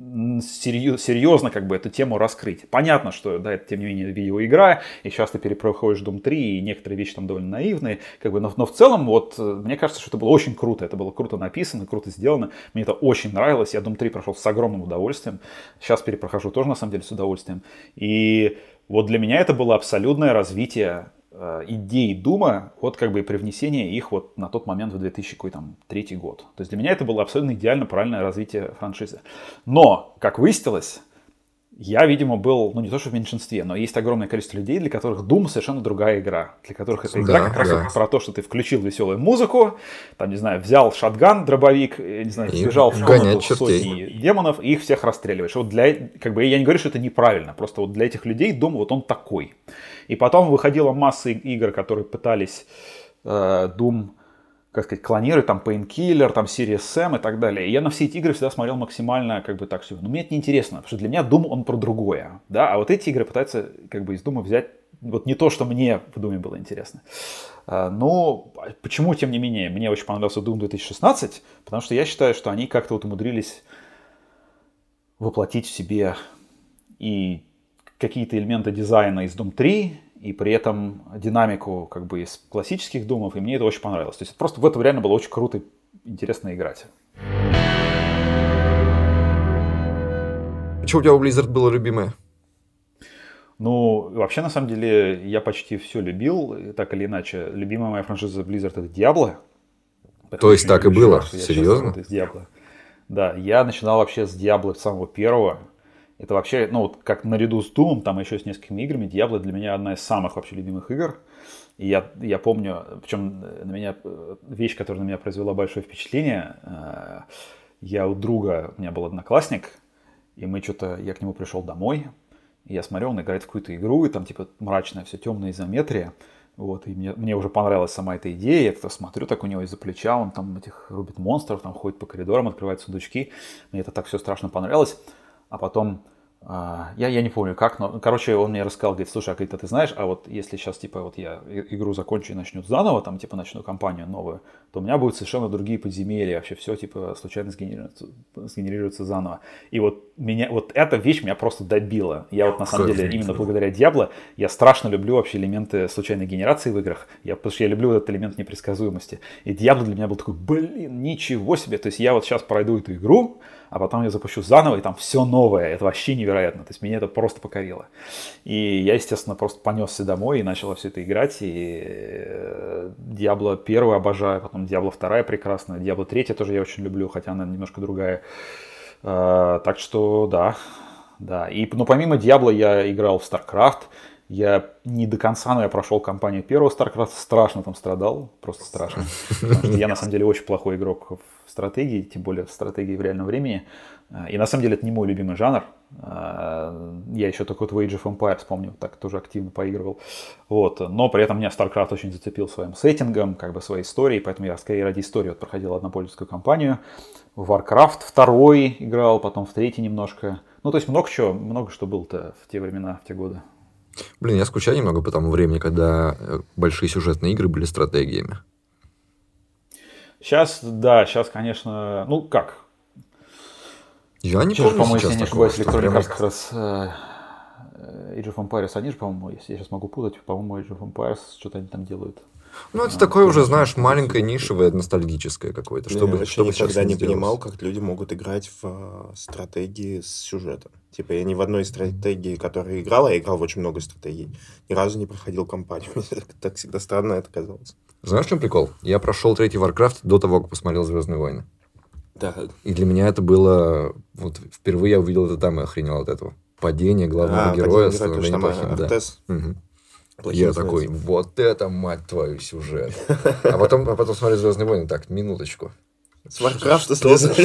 серьезно как бы эту тему раскрыть. Понятно, что, да, это тем не менее видеоигра, и сейчас ты перепроходишь Doom три, и некоторые вещи там довольно наивные, как бы, но, но в целом, вот, мне кажется, что это было очень круто, это было круто написано, круто сделано, мне это очень нравилось, я Doom три прошел с огромным удовольствием, сейчас перепрохожу тоже, на самом деле, с удовольствием, и вот для меня это было абсолютное развитие идей Дума, вот как бы и привнесение их вот на тот момент в две тысячи третий год. То есть для меня это было абсолютно идеально правильное развитие франшизы. Но, как выяснилось, я, видимо, был, ну не то что в меньшинстве, но есть огромное количество людей, для которых Doom совершенно другая игра. Для которых эта игра да, как раз да. вот про то, что ты включил веселую музыку, там, не знаю, взял шотган, дробовик, не знаю, бежал в комнату сотни демонов и их всех расстреливаешь. Вот для, как бы, я не говорю, что это неправильно, просто вот для этих людей Doom вот он такой. И потом выходила масса игр, которые пытались э, Doom, как сказать, клонировать, там Painkiller, там Serious Sam и так далее. И я на все эти игры всегда смотрел максимально, как бы так все. Но мне это неинтересно, потому что для меня Doom, он про другое. Да? А вот эти игры пытаются, как бы, из Doom взять вот не то, что мне в Doom было интересно. А, но почему, тем не менее, мне очень понравился Doom две тысячи шестнадцать? Потому что я считаю, что они как-то вот умудрились воплотить в себе и какие-то элементы дизайна из Doom три, и при этом динамику как бы из классических Думов, и мне это очень понравилось. То есть просто в это реально было очень круто и интересно играть. Что у тебя у Blizzard было любимое? Ну, вообще, на самом деле, я почти все любил, так или иначе. Любимая моя франшиза Blizzard — это Diablo. То есть так и было? Серьезно? Да, я начинал вообще с Diablo с самого первого. Это вообще, ну, вот как наряду с Doom, там еще с несколькими играми, Diablo для меня одна из самых вообще любимых игр. И я, я помню, причем на меня, вещь, которая на меня произвела большое впечатление, я у друга, у меня был одноклассник, и мы что-то, я к нему пришел домой, и я смотрел, он играет в какую-то игру, и там типа мрачная, все темная изометрия. Вот, и мне, мне уже понравилась сама эта идея, я как-то смотрю, так у него из-за плеча, он там этих рубит монстров, там ходит по коридорам, открывает сундучки. Мне это так все страшно понравилось. А потом, а, я, я не помню как, но, короче, он мне рассказал, говорит, слушай, а говорит, а ты знаешь, а вот если сейчас, типа, вот я игру закончу и начну заново, там, типа, начну кампанию новую, то у меня будут совершенно другие подземелья, вообще все, типа, случайно сгенерируется, сгенерируется заново. И вот меня, вот эта вещь меня просто добила. Я вот, на самом деле, именно благодаря Diablo, я страшно люблю вообще элементы случайной генерации в играх, я, потому что я люблю этот элемент непредсказуемости. И Diablo для меня был такой, блин, ничего себе, то есть я вот сейчас пройду эту игру, а потом я запущу заново, и там все новое. Это вообще невероятно. То есть меня это просто покорило. И я, естественно, просто понесся домой и начал все это играть. И Diablo один обожаю, потом Diablo два прекрасная, Diablo три тоже я очень люблю, хотя она немножко другая. Так что да, да. И, ну, помимо Diablo я играл в StarCraft. Я не до конца, но я прошел кампанию первого StarCraft, страшно там страдал, просто страшно. Потому что я, на самом деле, очень плохой игрок в стратегии, тем более в стратегии в реальном времени. И, на самом деле, это не мой любимый жанр. Я еще только вот в Age of Empires, помню, так тоже активно поигрывал. Вот. Но при этом меня StarCraft очень зацепил своим сеттингом, как бы своей историей, поэтому я скорее ради истории вот проходил однопользовательскую кампанию. В Warcraft второй играл, потом в третий немножко. Ну, то есть много чего, много что было-то в те времена, в те годы. Блин, я скучаю немного по тому времени, когда большие сюжетные игры были стратегиями. Сейчас, да, сейчас, конечно, ну как? Я не сейчас, помню по-моему, сейчас если я не такого, ошибаюсь, что Electronic прямо... Arts как раз э, Age of Empires, они же, по-моему, если я сейчас могу путать, по-моему, Age of Empires, что-то они там делают. Ну, это а, такое уже, конечно, знаешь, маленькое, нишевое, ностальгическое какое-то. Я Чтобы, вообще чтобы никогда не сделать. понимал, как люди могут играть в э, стратегии с сюжетом. Типа, я ни в одной стратегии, которую играл, я играл в очень много стратегий, ни разу не проходил кампанию. Так всегда странно это казалось. Знаешь, в чем прикол? Я прошел третий Warcraft до того, как посмотрел «Звездные войны». Да. И для меня это было... Вот впервые я увидел это там и охренел от этого. Падение главного А, героя, падение героя, становление потому что плохим. там Да. Артес. Угу. Плохим Я становится. такой, вот это, мать твою, сюжет. А потом, а потом смотрю «Звездные войны». Так, минуточку. С Warcraft слезали.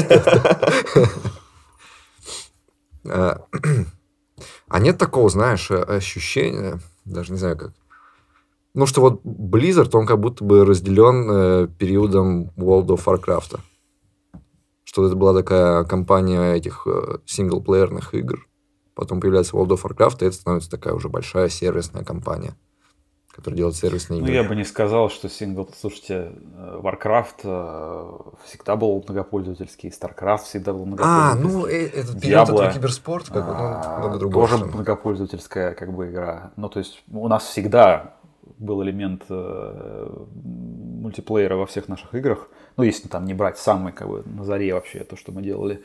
А нет такого, знаешь, ощущения, даже не знаю как. Ну, что вот Blizzard, он как будто бы разделен э, периодом World of Warcraft. Что это была такая компания этих э, синглплеерных игр. Потом появляется World of Warcraft, и это становится такая уже большая сервисная компания, которая делает сервисные игры. Ну, я бы не сказал, что сингл... Слушайте, Warcraft э, всегда был многопользовательский, StarCraft всегда был А, многопользовательский. ну, э, этот период, Diablo, это киберспорт, как бы, ну, а, много другого. тоже многопользовательская как бы игра. Ну, то есть у нас всегда был элемент э, мультиплеера во всех наших играх. Ну, если там не брать самый, как бы, на заре вообще то, что мы делали.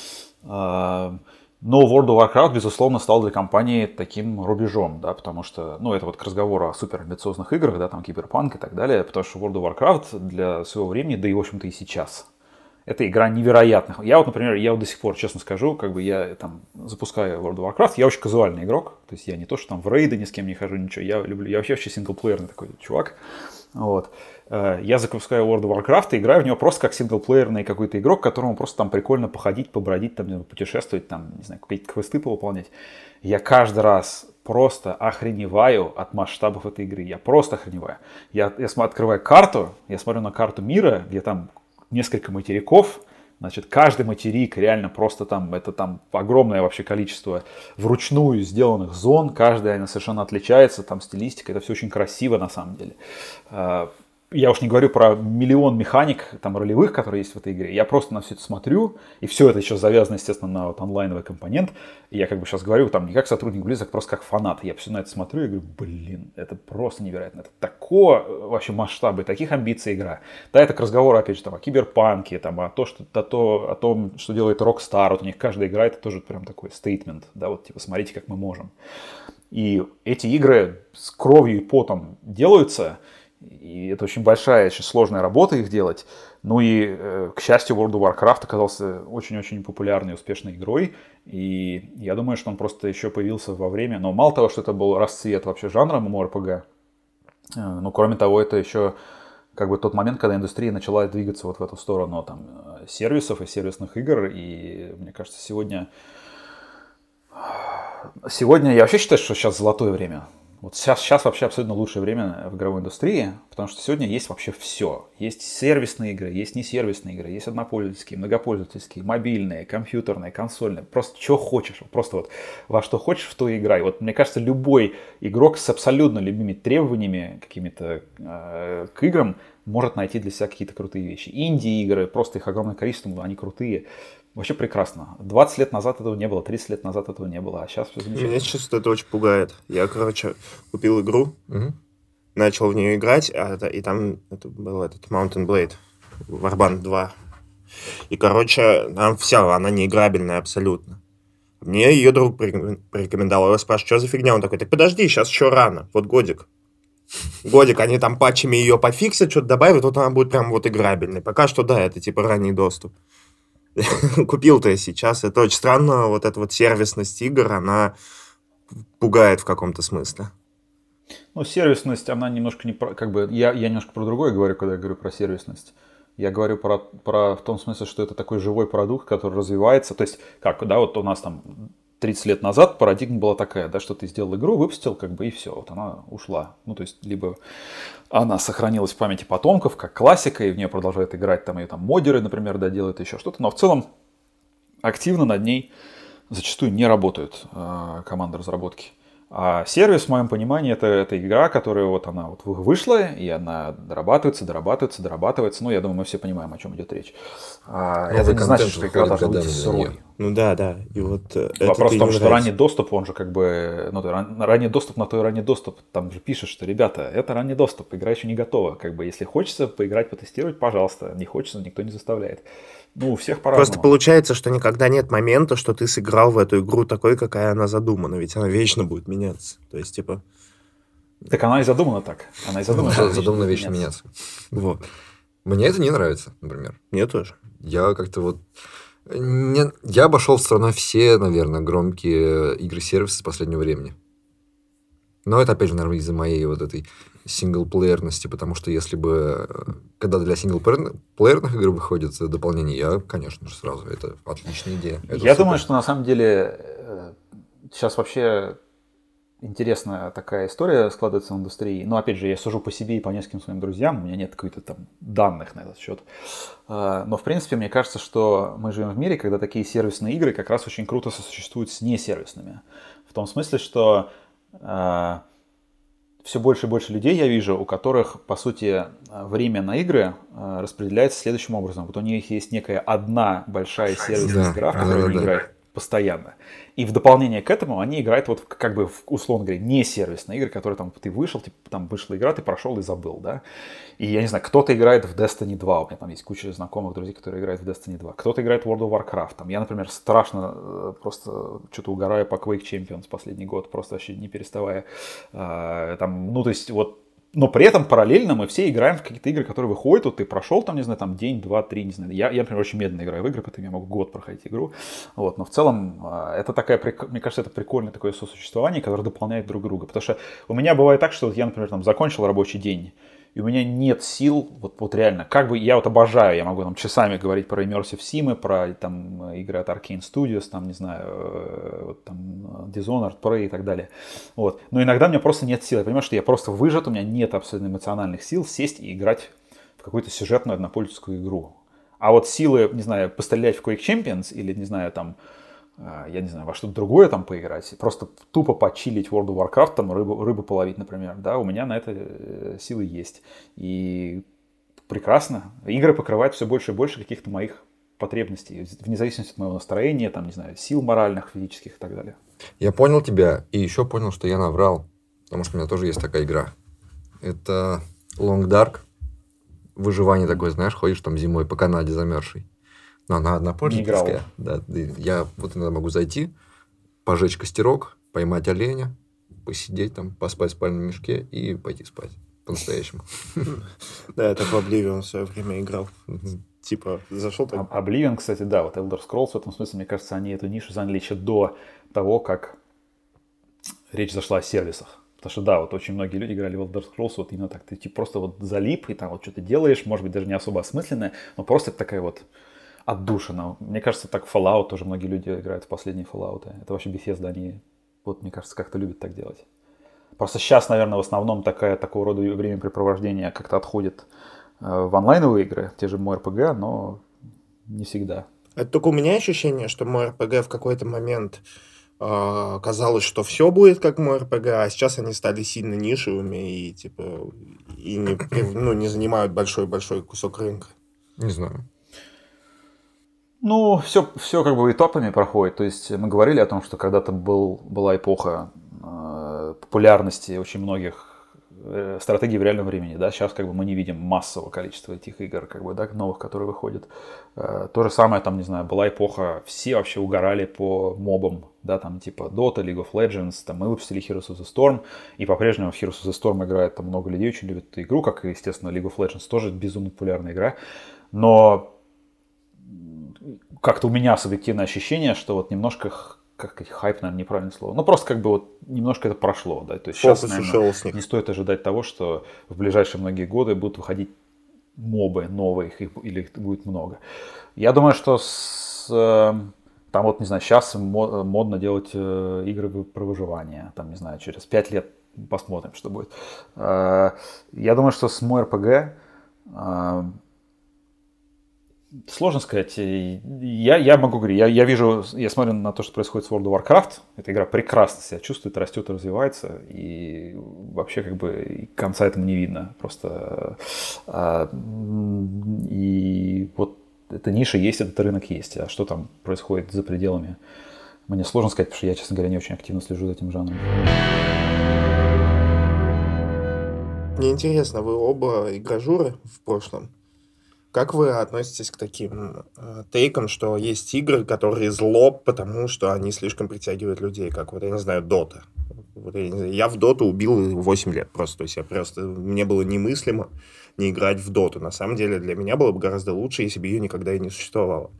А, но World of Warcraft, безусловно, стал для компании таким рубежом, да, потому что, ну, это вот к разговору о суперамбициозных играх, да, там, Киберпанк и так далее, потому что World of Warcraft для своего времени, да и, в общем-то, и сейчас, это игра невероятных. Я вот, например, я вот до сих пор, честно скажу, как бы я там запускаю World of Warcraft, я очень казуальный игрок, то есть я не то, что там в рейды ни с кем не хожу, ничего, я люблю, я вообще вообще синглплеерный такой чувак, вот. Я запускаю World of Warcraft и играю в него просто как синглплеерный какой-то игрок, которому просто там прикольно походить, побродить, там, путешествовать, там, не знаю, какие-то квесты повыполнять. Я каждый раз просто охреневаю от масштабов этой игры. Я просто охреневаю. Я, я открываю карту, я смотрю на карту мира, где там несколько материков. Значит, каждый материк реально просто там, это там огромное вообще количество вручную сделанных зон. Каждая она совершенно отличается, там стилистика, это все очень красиво на самом деле. Я уж не говорю про миллион механик, там, ролевых, которые есть в этой игре. Я просто на все это смотрю, и все это еще завязано, естественно, на вот онлайновый компонент. И я как бы сейчас говорю, там, не как сотрудник Blizzard, а просто как фанат. Я все на это смотрю и говорю, блин, это просто невероятно. Это такого вообще масштаба, таких амбиций игра. Да, это к разговору, опять же, там, о киберпанке, там, о, то, что, о, то, о том, что делает Rockstar. Вот у них каждая игра, это тоже прям такой стейтмент, да, вот, типа, смотрите, как мы можем. И эти игры с кровью и потом делаются. И это очень большая, очень сложная работа их делать. Ну и, э, к счастью, World of Warcraft оказался очень-очень популярной и успешной игрой. И я думаю, что он просто еще появился во время... Но мало того, что это был расцвет вообще жанра MMORPG, э, ну, кроме того, это еще как бы тот момент, когда индустрия начала двигаться вот в эту сторону там, сервисов и сервисных игр. И мне кажется, сегодня... Сегодня я вообще считаю, что сейчас золотое время. Вот сейчас, сейчас вообще абсолютно лучшее время в игровой индустрии, потому что сегодня есть вообще все. Есть сервисные игры, есть несервисные игры, есть однопользовательские, многопользовательские, мобильные, компьютерные, консольные. Просто что хочешь, просто вот во что хочешь, в то и играй. Вот мне кажется, любой игрок с абсолютно любыми требованиями какими-то э, к играм может найти для себя какие-то крутые вещи. Инди-игры, просто их огромное количество, они крутые. Вообще прекрасно. двадцать лет назад этого не было, тридцать лет назад этого не было, а сейчас все замечательно. Меня сейчас это очень пугает. Я, короче, купил игру, Угу. начал в нее играть, а это, и там это был этот Mountain Blade, Warband два. И, короче, там вся, она неиграбельная абсолютно. Мне ее друг порекомендовал. Я спрашиваю, что за фигня? Он такой, так подожди, сейчас еще рано. Вот годик. Годик, они там патчами ее пофиксят, что-то добавят, вот она будет прям вот играбельной. Пока что, да, это типа ранний доступ. Купил-то я сейчас. Это очень странно, вот эта вот сервисность игр, она пугает в каком-то смысле. Ну, сервисность, она немножко не про... Как бы, я, я немножко про другое говорю, когда я говорю про сервисность. Я говорю про, про в том смысле, что это такой живой продукт, который развивается. То есть, как, да, вот у нас там тридцать лет назад парадигма была такая, да, что ты сделал игру, выпустил, как бы, и все, вот она ушла. Ну, то есть, либо она сохранилась в памяти потомков, как классика, и в нее продолжают играть там ее там модеры, например, да, делают еще что-то. Но в целом активно над ней зачастую не работают э, команды разработки. А сервис, в моем понимании, это, это игра, которая вот она вот вышла, и она дорабатывается, дорабатывается, дорабатывается. Ну, я думаю, мы все понимаем, о чем идет речь. А, это не значит, что игра должна быть сырой. Ну да, да. И вот вопрос в том, что ранний доступ, он же как бы... Ну, ран, ранний доступ на то и ранний доступ. Там же пишет, что, ребята, это ранний доступ, игра еще не готова. Как бы, если хочется поиграть, потестировать, пожалуйста. Не хочется, никто не заставляет. Ну, у всех по-разному. Просто получается, что никогда нет момента, что ты сыграл в эту игру такой, какая она задумана. Ведь она вечно будет меняться. То есть, типа... Так она и задумана так. Она и задумана, ну, задумана вечно меняться. Вот. Мне это не нравится, например. Мне тоже. Я как-то вот... Не... Я обошел стороной все, наверное, громкие игры-сервисы последнего времени. Но это, опять же, наверное, из-за моей вот этой синглплеерности, потому что если бы... Когда для синглплеерных игр выходит дополнение, я, конечно же, сразу... Это отличная идея. Это я супер. думаю, что на самом деле сейчас вообще интересная такая история складывается в индустрии. Но, опять же, я сужу по себе и по нескольким своим друзьям. У меня нет каких-то там данных на этот счет. Но, в принципе, мне кажется, что мы живем в мире, когда такие сервисные игры как раз очень круто сосуществуют с несервисными. В том смысле, что... все больше и больше людей я вижу, у которых, по сути, время на игры распределяется следующим образом. Вот у них есть некая одна большая сервисная да, игра, в которой да, они да. играют постоянно. И в дополнение к этому они играют, вот как бы, условно говоря, не сервисные игры, которые там ты вышел, типа, там вышла игра, ты прошел и забыл, да. И я не знаю, кто-то играет в Destiny два, у меня там есть куча знакомых друзей, которые играют в Destiny два. Кто-то играет в World of Warcraft. Там, я, например, страшно просто что-то угораю по Quake Champions последний год, просто вообще не переставая. А, там, ну, то есть, вот, но при этом параллельно мы все играем в какие-то игры, которые выходят, вот ты прошел там, не знаю, там день, два, три, не знаю. Я, я, например, очень медленно играю в игры, поэтому я могу год проходить игру. Вот, но в целом это такая, мне кажется, это прикольное такое сосуществование, которое дополняет друг друга. Потому что у меня бывает так, что вот я, например, там закончил рабочий день, и у меня нет сил, вот, вот реально, как бы я вот обожаю, я могу там часами говорить про Immersive Sim, про там игры от Arkane Studios, там, не знаю, вот, там Dishonored, Prey и так далее. Вот. Но иногда у меня просто нет сил, я понимаю, что я просто выжат, у меня нет абсолютно эмоциональных сил сесть и играть в какую-то сюжетную однопользовательскую игру. А вот силы, не знаю, пострелять в Quake Champions или, не знаю, там, я не знаю, во что-то другое там поиграть, просто тупо почилить в World of Warcraft, там рыбу, рыбу половить, например, да, у меня на это силы есть. И прекрасно. Игры покрывают все больше и больше каких-то моих потребностей, вне зависимости от моего настроения, там, не знаю, сил моральных, физических и так далее. Я понял тебя, и еще понял, что я наврал, потому что у меня тоже есть такая игра. Это Long Dark. Выживание такое, знаешь, ходишь там зимой по Канаде замерзший. Но она однопользовательская. Да, я вот иногда могу зайти, пожечь костерок, поймать оленя, посидеть там, поспать в спальном мешке и пойти спать. По-настоящему. Да, я так в Oblivion в свое время играл. Типа, зашел так. Oblivion, кстати, да, вот Elder Scrolls в этом смысле, мне кажется, они эту нишу заняли еще до того, как речь зашла о сервисах. Потому что, да, вот очень многие люди играли в Elder Scrolls вот именно так. Ты типа просто вот залип, и там вот что-то делаешь, может быть, даже не особо осмысленное, но просто это такая вот отдушина. Мне кажется, так Fallout тоже многие люди играют в последние Fallout. Это вообще Bethesda, они, вот, мне кажется, как-то любят так делать. Просто сейчас, наверное, в основном такая, такого рода времяпрепровождение как-то отходит э, в онлайновые игры, те же мой эр пи джи, но не всегда. Это только у меня ощущение, что мой эр пи джи в какой-то момент э, казалось, что все будет как мой эр пи джи, а сейчас они стали сильно нишевыми и, типа, и не, ну, не занимают большой-большой кусок рынка. Не знаю. Ну, все, все как бы этапами проходит. То есть мы говорили о том, что когда-то был, была эпоха э, популярности очень многих э, стратегии в реальном времени, да, сейчас как бы мы не видим массового количества этих игр, как бы, да, новых, которые выходят. Э, то же самое, там, не знаю, была эпоха, все вообще угорали по мобам, да, там, типа Dota, League of Legends, там, мы выпустили Heroes of the Storm, и по-прежнему в Heroes of the Storm играет там много людей, очень любят эту игру, как и, естественно, League of Legends, тоже безумно популярная игра, но как-то у меня субъективное ощущение, что вот немножко... как хайп, наверное, неправильное слово. Ну, просто как бы вот немножко это прошло, да, то есть сейчас, наверное, не стоит ожидать того, что в ближайшие многие годы будут выходить мобы новые, их, или их будет много. Я думаю, что с, там вот, не знаю, сейчас модно делать игры про выживание, там, не знаю, через пять лет посмотрим, что будет. Я думаю, что с МО-РПГ сложно сказать. Я, я могу говорить, я, я вижу, я смотрю на то, что происходит с World of Warcraft. Эта игра прекрасно себя чувствует, растет и развивается. И вообще как бы конца этому не видно. Просто а, и вот эта ниша есть, этот рынок есть. А что там происходит за пределами, мне сложно сказать, потому что я, честно говоря, не очень активно слежу за этим жанром. Мне интересно, вы оба игражуры в прошлом. Как вы относитесь к таким э, тейкам, что есть игры, которые зло, потому что они слишком притягивают людей, как вот, я не знаю, Dota. Вот, я, не знаю, я в Доту убил восемь лет просто, то есть я просто, мне было немыслимо не играть в Доту. На самом деле для меня было бы гораздо лучше, если бы ее никогда и не существовало.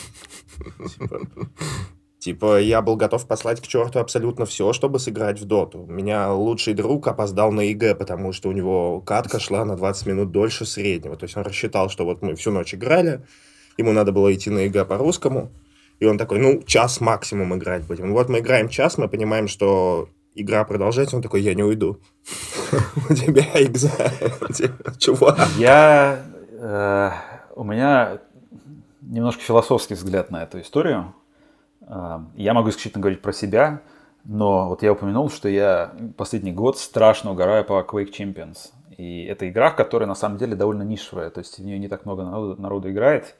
Типа, я был готов послать к черту абсолютно все, чтобы сыграть в доту. У меня лучший друг опоздал на ЕГЭ, потому что у него катка шла на двадцать минут дольше среднего. То есть он рассчитал, что вот мы всю ночь играли, ему надо было идти на ЕГЭ по-русскому, и он такой, ну, час максимум играть будем. Вот мы играем час, мы понимаем, что игра продолжается, он такой, я не уйду. У тебя экзамен, чувак. Я... У меня немножко философский взгляд на эту историю. Я могу исключительно говорить про себя, но вот я упомянул, что я последний год страшно угораю по Quake Champions. И это игра, в которой на самом деле довольно нишевая, то есть в нее не так много народу, народу играет.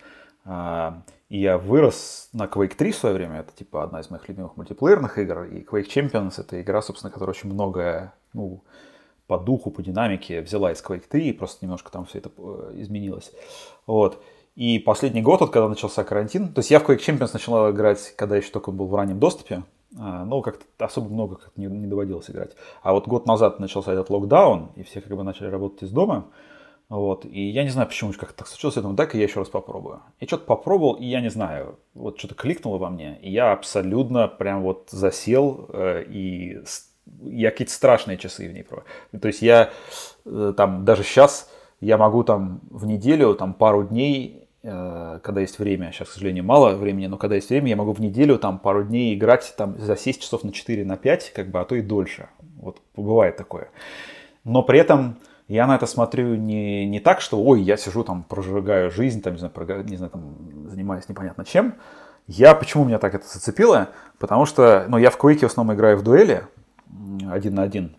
И я вырос на Quake три в свое время, это типа одна из моих любимых мультиплеерных игр. И Quake Champions это игра, собственно, которая очень многое, ну, по духу, по динамике взяла из Quake три, и просто немножко там все это изменилось. Вот. И последний год, вот, когда начался карантин, то есть я в Quake Champions начал играть, когда еще только был в раннем доступе, но как-то особо много как-то не, не доводилось играть. А вот год назад начался этот локдаун, и все как бы начали работать из дома. Вот, и я не знаю, почему как так случилось, я думаю, дай-ка я еще раз попробую. И что-то попробовал, и я не знаю, вот что-то кликнуло во мне, и я абсолютно прям вот засел, э, и я какие-то страшные часы в ней провожу. То есть я э, там даже сейчас, я могу там в неделю, там пару дней, когда есть время, сейчас, к сожалению, мало времени, но когда есть время, я могу в неделю там пару дней играть, там засесть часов на четыре, на пять, как бы, а то и дольше. Вот бывает такое. Но при этом я на это смотрю не, не так, что, ой, я сижу там, прожигаю жизнь, там, не знаю, прог... не знаю, там, занимаюсь непонятно чем. Я, почему меня так это зацепило? Потому что, ну, я в Quake в основном играю в дуэли, один на один.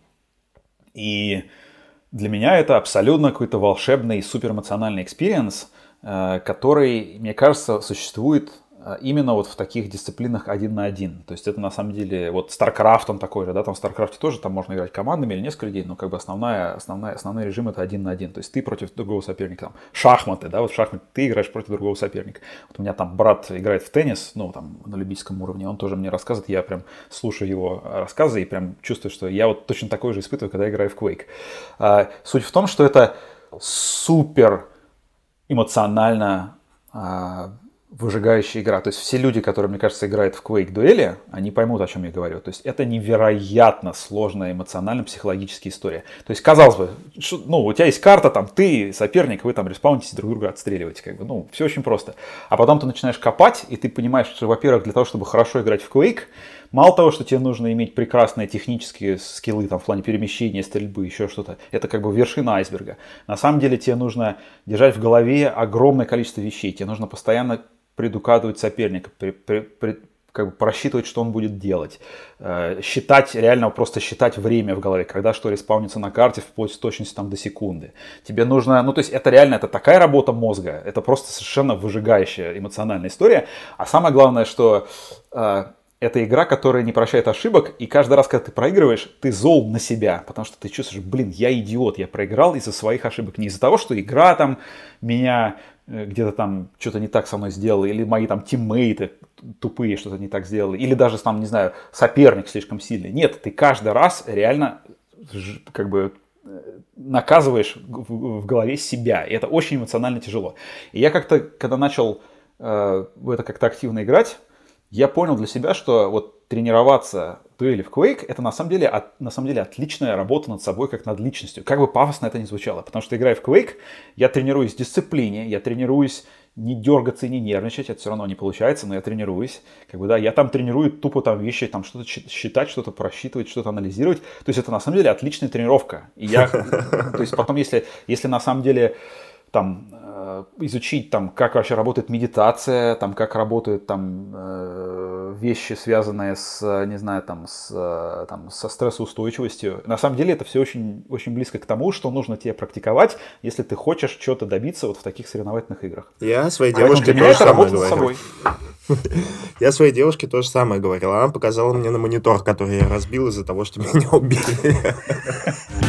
И для меня это абсолютно какой-то волшебный, суперэмоциональный экспириенс, который, мне кажется, существует именно вот в таких дисциплинах один на один. То есть это на самом деле, вот StarCraft он такой же, да, там в StarCraft тоже там можно играть командами или несколько людей, но как бы основная, основная, основной режим это один на один. То есть ты против другого соперника. Там, шахматы, да, вот в шахматы ты играешь против другого соперника. Вот у меня там брат играет в теннис, ну там на любительском уровне, он тоже мне рассказывает, я прям слушаю его рассказы и прям чувствую, что я вот точно такой же испытываю, когда играю в Quake. А, суть в том, что это супер эмоционально а, выжигающая игра. То есть все люди, которые, мне кажется, играют в Quake дуэли, они поймут, о чем я говорю. То есть это невероятно сложная эмоционально-психологическая история. То есть, казалось бы, шо, ну, у тебя есть карта, там, ты, соперник, вы там респаунитесь, друг друга отстреливаете. Как бы, ну, все очень просто. А потом ты начинаешь копать, и ты понимаешь, что, во-первых, для того, чтобы хорошо играть в Quake, мало того, что тебе нужно иметь прекрасные технические скиллы там, в плане перемещения, стрельбы, еще что-то, это как бы вершина айсберга. На самом деле тебе нужно держать в голове огромное количество вещей. Тебе нужно постоянно предугадывать соперника, при, при, при, как бы просчитывать, что он будет делать. Э, считать, реально просто считать время в голове, когда что респаунится на карте, вплоть с точностью там, до секунды. Тебе нужно, ну то есть это реально, это такая работа мозга, это просто совершенно выжигающая эмоциональная история. А самое главное, что... Э, это игра, которая не прощает ошибок, и каждый раз, когда ты проигрываешь, ты зол на себя, потому что ты чувствуешь, блин, я идиот, я проиграл из-за своих ошибок, не из-за того, что игра там меня где-то там что-то не так со мной сделала, или мои там тиммейты тупые что-то не так сделали, или даже там, не знаю, соперник слишком сильный. Нет, ты каждый раз реально как бы наказываешь в голове себя, и это очень эмоционально тяжело. И я как-то, когда начал э, в это как-то активно играть, я понял для себя, что вот тренироваться в дуэли в Quake — это на самом деле, от, на самом деле отличная работа над собой, как над личностью. Как бы пафосно это ни звучало. Потому что, играя в Quake, я тренируюсь дисциплине, я тренируюсь не дергаться и не нервничать, это все равно не получается, но я тренируюсь. Как бы, да, я там тренирую тупо там вещи, там что-то считать, что-то просчитывать, что-то анализировать. То есть это на самом деле отличная тренировка. И я, то есть потом, если, если на самом деле там э, изучить, там, как вообще работает медитация, там, как работают там э, вещи, связанные с, не знаю, там, с, э, там, со стрессоустойчивостью. На самом деле это все очень, очень близко к тому, что нужно тебе практиковать, если ты хочешь чего-то добиться вот в таких соревновательных играх. Я своей Поэтому девушке для меня тоже это самое работа над говорил. собой. Я своей девушке то же самое говорил. Она показала мне на монитор, который я разбил из-за того, что меня убили.